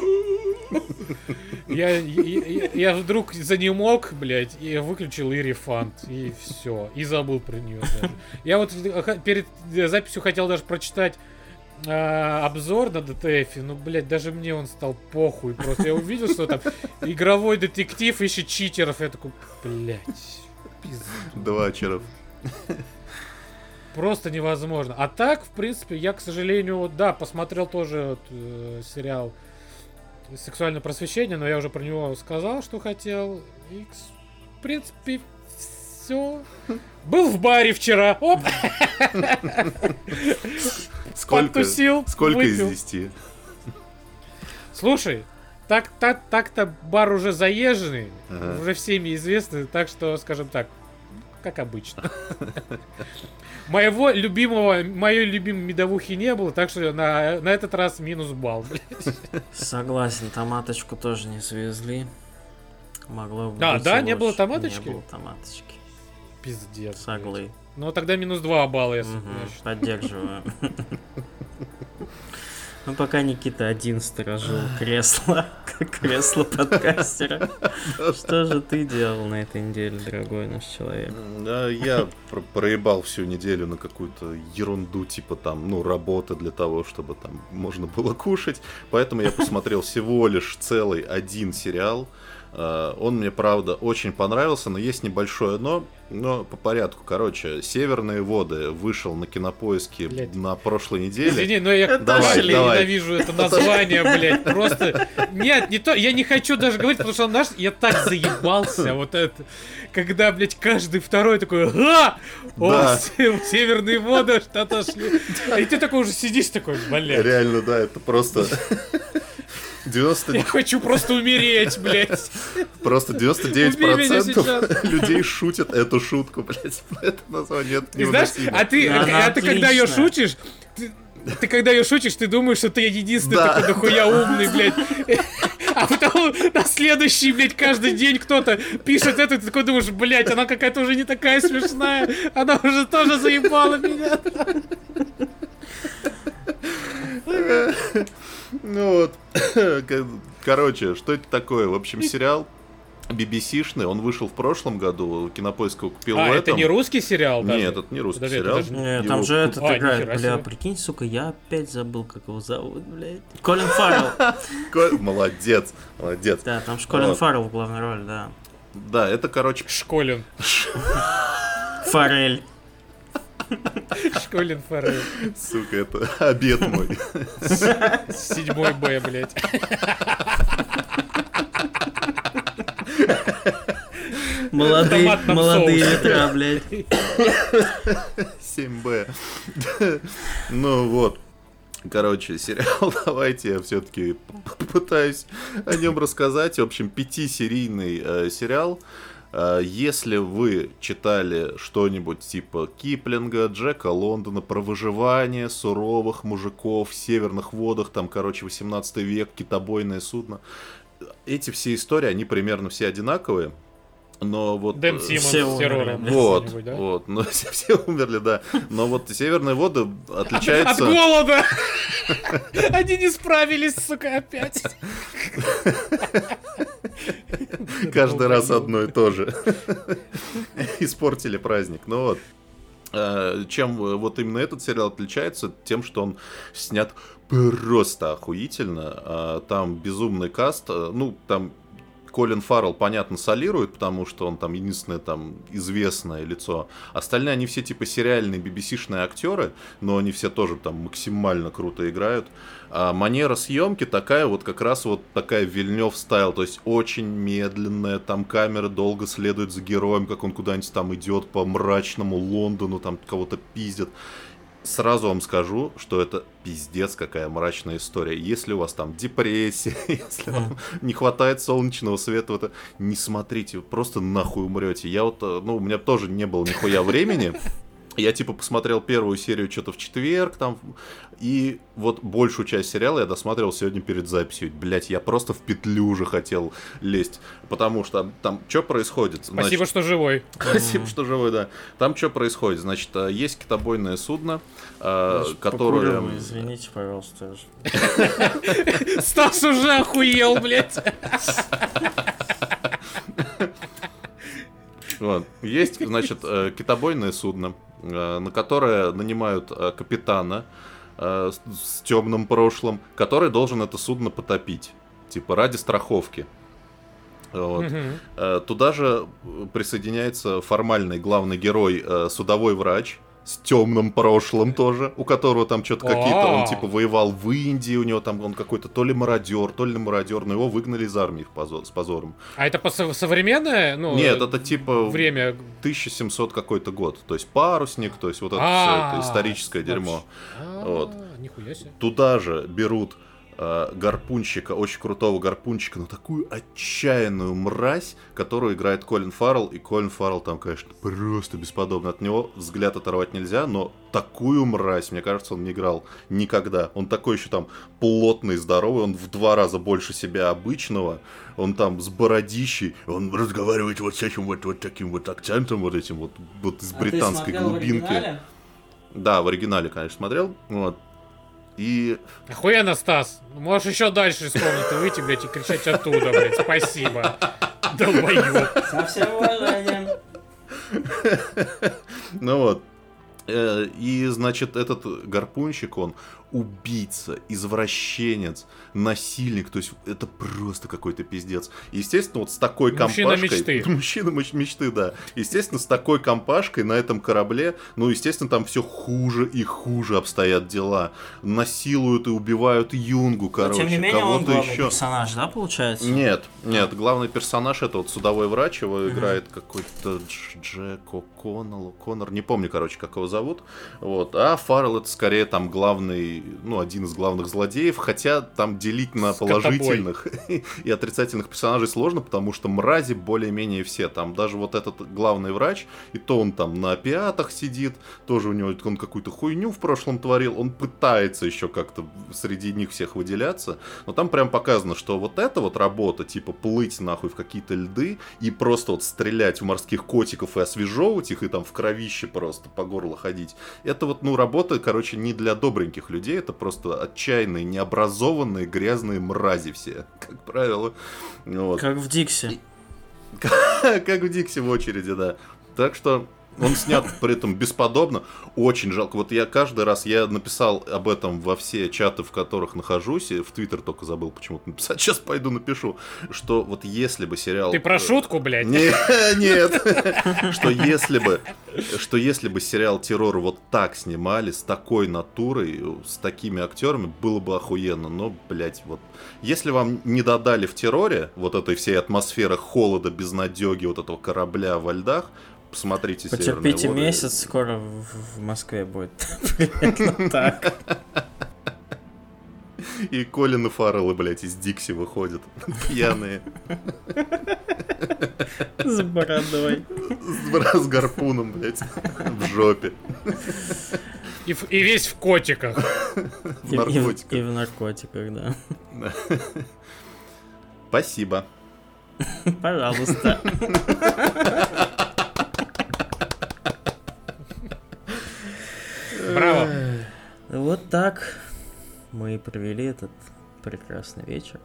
Я, я, я- я вдруг занемог, блядь, и выключил и рефанд, и все, и забыл про нее даже. Я вот х- перед записью хотел даже прочитать а, обзор на ди ти эф, ну, блядь, даже мне он стал похуй. Просто я увидел, что там игровой детектив ищет читеров, я такой, блядь, пиздец. Два черов. Просто невозможно. А так, в принципе, я, к сожалению, вот, да, посмотрел тоже вот, э, сериал «Сексуальное просвещение», но я уже про него сказал, что хотел. И, к- в принципе, все. Был в баре вчера. Оп, Сколько, потусил, сколько из выпил. десяти? Слушай, так, так, так-то бар уже заезженный, Ага. уже всеми известный, так что, скажем так, как обычно. Моего любимого, моей любимой медовухи не было, так что на, на этот раз минус балл, блядь. Согласен, томаточку тоже не свезли. Могло бы Да, быть да, и не было лучше. томаточки? Не было томаточки. Пиздец. Соглы. Ну тогда минус два балла, если Мгм, значит. поддерживаю. Ну, пока Никита один сторожил кресло, кресло подкастера. Что же ты делал на этой неделе, дорогой наш человек? Да, я про- проебал всю неделю на какую-то ерунду, типа там, ну, работы для того, чтобы там можно было кушать. Поэтому я посмотрел всего лишь целый один сериал. Э, Он мне, правда, очень понравился, но есть небольшое но. Но по порядку, короче, «Северные воды» вышел на Кинопоиске Блядь. на прошлой неделе. Извини, но я Давай, очень давай. ненавижу это название, блядь. Просто. Нет, не то. Я не хочу даже говорить, потому что наш. Я так заебался. Вот это. Когда, блядь, каждый второй такой. А! О, Да. се- северные воды что-то шли. И ты такой уже сидишь такой, блядь. Реально, да, это просто... девяносто Я хочу просто умереть, блядь. Просто девяносто девять Убей меня процентов людей шутят эту шутку, блядь. Это название это И знаешь, невыносимо. а ты, Да, а, она ты когда ее отличная. шутишь, ты, ты когда ее шутишь, ты думаешь, что ты единственный Да. такой дохуя умный, блядь. А потом на следующий, блядь, каждый день кто-то пишет это, и ты такой думаешь, блядь, она какая-то уже не такая смешная, она уже тоже заебала меня. Ну вот. Короче, что это такое? В общем, сериал би би си-шный, он вышел в прошлом году, Кинопоиск его купил А, в это этом. не русский сериал даже? Нет, это не русский Подожди, это сериал. даже Не, Его там же куп- этот А, играет, нихера бля, себе. прикинь, сука, я опять забыл, как его зовут, блядь. Колин Фаррелл. Ко- Молодец, молодец. Да, там же Колин Вот. Фаррелл в главной роли, да. Да, это, короче, Школин. Форель. Школин Фаррелл. сука, это обед мой. Седьмой Б, блядь. Молодые, томатном молодые соусе. ветра, блядь. семь бэ. Ну вот. Короче, сериал, давайте я все-таки попытаюсь о нем рассказать. В общем, пятисерийный э, сериал. Если вы читали что-нибудь типа Киплинга, Джека Лондона про выживание суровых мужиков в северных водах, там, короче, восемнадцатый век, китобойное судно, эти все истории, они примерно все одинаковые. Но вот... Дэн Симмонс все с террором. Вот, Да? вот, ну все, все умерли, да. Но вот северные воды отличаются... От голода! Они не справились, сука, опять. Каждый раз одно и то же. Испортили праздник. Ну вот. Чем вот именно этот сериал отличается? Тем, что он снят просто охуительно. Там безумный каст. Ну, там Колин Фаррелл, понятно, солирует, потому что он там единственное там известное лицо. Остальные, они все типа сериальные би би си-шные актеры, но они все тоже там максимально круто играют. А манера съемки такая вот как раз вот такая Вильнёв стайл, то есть очень медленная, там камера долго следует за героем, как он куда-нибудь там идет по мрачному Лондону, там кого-то пиздят. Сразу вам скажу, что это пиздец какая мрачная история. Если у вас там депрессия, если вам не хватает солнечного света, это не смотрите, вы просто нахуй умрете. Я вот, ну, у меня тоже не было нихуя времени. Я типа посмотрел первую серию что-то в четверг, там, и вот большую часть сериала я досматривал сегодня перед записью. Блять, я просто в петлю уже хотел лезть, потому что там что происходит? Спасибо, Значит, что живой. Спасибо, что живой, да. Там что происходит? Значит, есть китобойное судно, которое... Покурю, извините, пожалуйста. Стас уже охуел, блядь. Вот. Есть, значит, китобойное судно, на которое нанимают капитана с темным прошлым, который должен это судно потопить, типа ради страховки. Вот. Mm-hmm. Туда же присоединяется формальный главный герой, судовой врач, с темным прошлым тоже, у которого там что-то какие-то, он типа воевал в Индии, у него там он какой-то то ли мародер, то ли мародер, но его выгнали из армии с позором. А это современное? Ну, нет, это типа время тысяча семьсот какой-то год, то есть парусник, то есть вот это все, это историческое дерьмо. Вот. Нихуя себе. Туда же берут гарпунщика, очень крутого гарпунщика, но такую отчаянную мразь, которую играет Колин Фаррелл, и Колин Фаррелл там, конечно, просто бесподобно. От него взгляд оторвать нельзя, но такую мразь, мне кажется, он не играл никогда. Он такой еще там плотный, здоровый, он в два раза больше себя обычного, он там с бородищей, он разговаривает вот с этим вот, вот таким вот акцентом, вот этим вот, вот из британской а глубинки. Да, в оригинале, конечно, смотрел, вот. И... Охуенно, Стас. Можешь еще дальше из комнаты выйти, блядь, и кричать оттуда, блядь. Спасибо. Долбоёб. Со всем уважением. Ну вот. И, значит, этот гарпунщик, он убийца, извращенец, насильник, то есть это просто какой-то пиздец. Естественно, вот с такой Мужчина компашкой... мечты. Мужчина мечты, да. Естественно, с такой компашкой на этом корабле, ну, естественно, там все хуже и хуже обстоят дела. Насилуют и убивают Юнгу, короче, тем не менее, он кого-то главный еще. персонаж, да, получается? Нет, нет, главный персонаж это вот судовой врач, его играет какой-то Дж- Джек О'Коннелл, Коннор, не помню, короче, как его зовут. Вот. А Фаррелл это скорее там главный, ну, один из главных злодеев, хотя там делить на положительных и отрицательных персонажей сложно, потому что мрази более-менее все. Там даже вот этот главный врач, и то он там на опиатах сидит, тоже у него он какую-то хуйню в прошлом творил, он пытается еще как-то среди них всех выделяться, но там прям показано, что вот эта вот работа, типа плыть нахуй в какие-то льды и просто вот стрелять в морских котиков и освежевывать их, и там в кровище просто по горло ходить, это вот, ну, работа, короче, не для добреньких людей, это просто отчаянные, необразованные, грязные мрази все, как правило. Вот. Как в Дикси. Как в Дикси в очереди, да. Так что он снят при этом бесподобно. Очень жалко. Вот я каждый раз, я написал об этом во все чаты, в которых нахожусь, и в Твиттер только забыл почему-то написать. Сейчас пойду напишу, что вот если бы сериал... Ты про шутку, блядь? Не, нет. Что если бы, что если бы сериал «Террор» вот так снимали, с такой натурой, с такими актерами, было бы охуенно. Но, блядь, вот... Если вам не додали в «Терроре» вот этой всей атмосферы холода, безнадеги, вот этого корабля во льдах, посмотрите «Северные воды». Потерпите месяц, скоро в, в Москве будет примерно так. И Колин и Фарреллы, блядь, из Дикси выходят. Пьяные. С бородой. С, с гарпуном, блядь, в жопе. И, в, и весь в котиках. В наркотиках. И, и, и в наркотиках, да. Спасибо. Пожалуйста. Браво. Вот так мы и провели этот прекрасный вечер.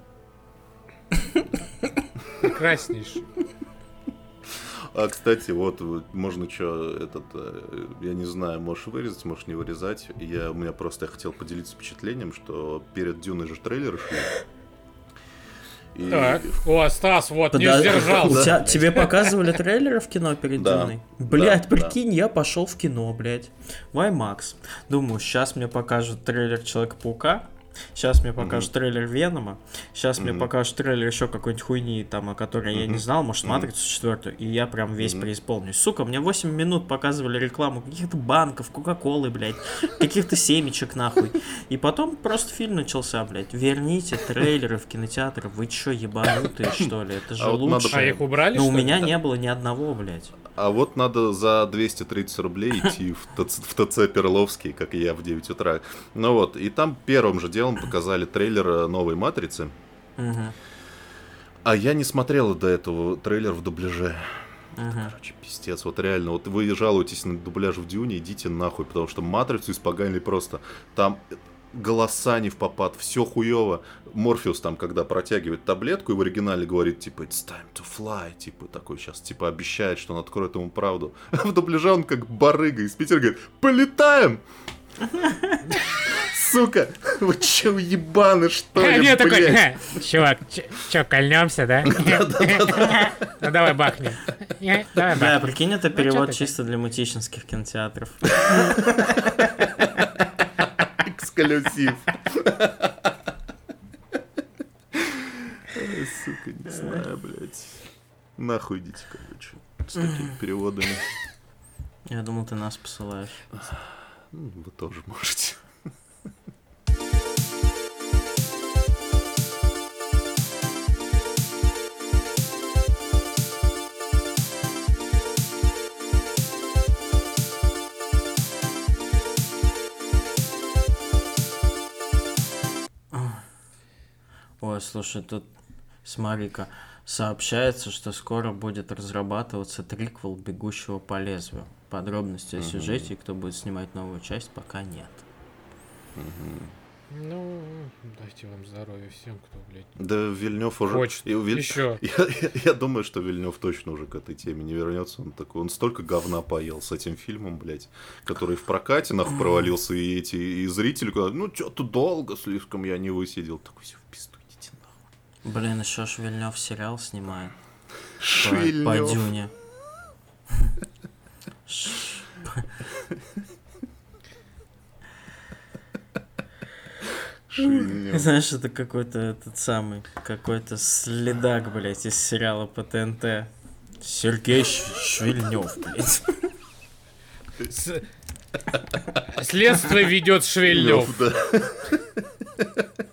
Прекраснейший. А, кстати, вот можно что, этот, я не знаю, можешь вырезать, можешь не вырезать. Я, у меня просто, я хотел поделиться впечатлением, что перед Дюной же трейлеры шли. И... Так, о, Стас, вот, Подо... не сдержался. Тебя, тебе показывали трейлеры в кино перед да, Дюной? Блять, да, прикинь, да. я пошел в кино, блять. В IMAX. Думаю, сейчас мне покажут трейлер Человека-паука. Сейчас мне покажут mm-hmm. трейлер Венома. Сейчас mm-hmm. мне покажут трейлер еще какой-нибудь хуйни, там, о которой mm-hmm. я не знал, может, Матрицу четвертую, и я прям весь mm-hmm. преисполнюсь. Сука, мне восемь минут показывали рекламу каких-то банков, Кока-Колы, блядь, каких-то семечек, нахуй. И потом просто фильм начался, блядь. Верните трейлеры в кинотеатр. Вы чё, ебанутые, что ли? Это же а лучше. Вот надо... А их убрали, Но что у меня ли? не было ни одного, блядь. А вот надо за двести тридцать рублей идти в ТЦ, в ТЦ Перловский, как и я в девять утра. Ну вот, и там первым же делом показали трейлер новой «Матрицы». Угу. А я не смотрел до этого трейлер в дубляже. Угу. Короче, пиздец, вот реально, вот вы жалуетесь на дубляж в Дюне, идите нахуй, потому что «Матрицу» испоганили просто. Там голоса не в попад, все хуево. Морфеус там, когда протягивает таблетку и в оригинале говорит, типа, it's time to fly, типа, такой сейчас, типа, обещает, что он откроет ему правду. А в дубляже он как барыга из Питера говорит, полетаем! Сука, вы че, ебаны, что ли, Нет, такой, блядь? чувак, че, кольнемся, да? Ну давай бахнем. Давай Да, бахнем. прикинь, это перевод чисто для мутищинских кинотеатров. Эксклюзив. Сука, не знаю, блядь. Нахуй идите, короче, с такими переводами. Я думал, ты нас посылаешь. Ну, вы тоже можете. Ой, слушай, тут смотри-ка, сообщается, что скоро будет разрабатываться триквел «Бегущего по лезвию». Подробности о сюжете и кто будет снимать новую часть пока нет. Ну, дайте вам здоровья всем, кто, блядь, Да Вильнёв уже... хочет И Виль- еще. Я, я, я думаю, что Вильнёв точно уже к этой теме не вернется. Он такой, он столько говна поел с этим фильмом, блядь, который в прокате нахуй провалился, и эти и зрители говорят, ну что-то долго слишком я не высидел. Такой, все, в пизду, идите нахуй. Блин, еще ж Вильнёв сериал снимает. По, Швильнёв. по Дюне. Швильнёв. Знаешь, это какой-то этот самый, какой-то следак, блядь, из сериала по ТНТ. Сергей Швильнёв, блядь. Следствие ведет Швельнёв. Да.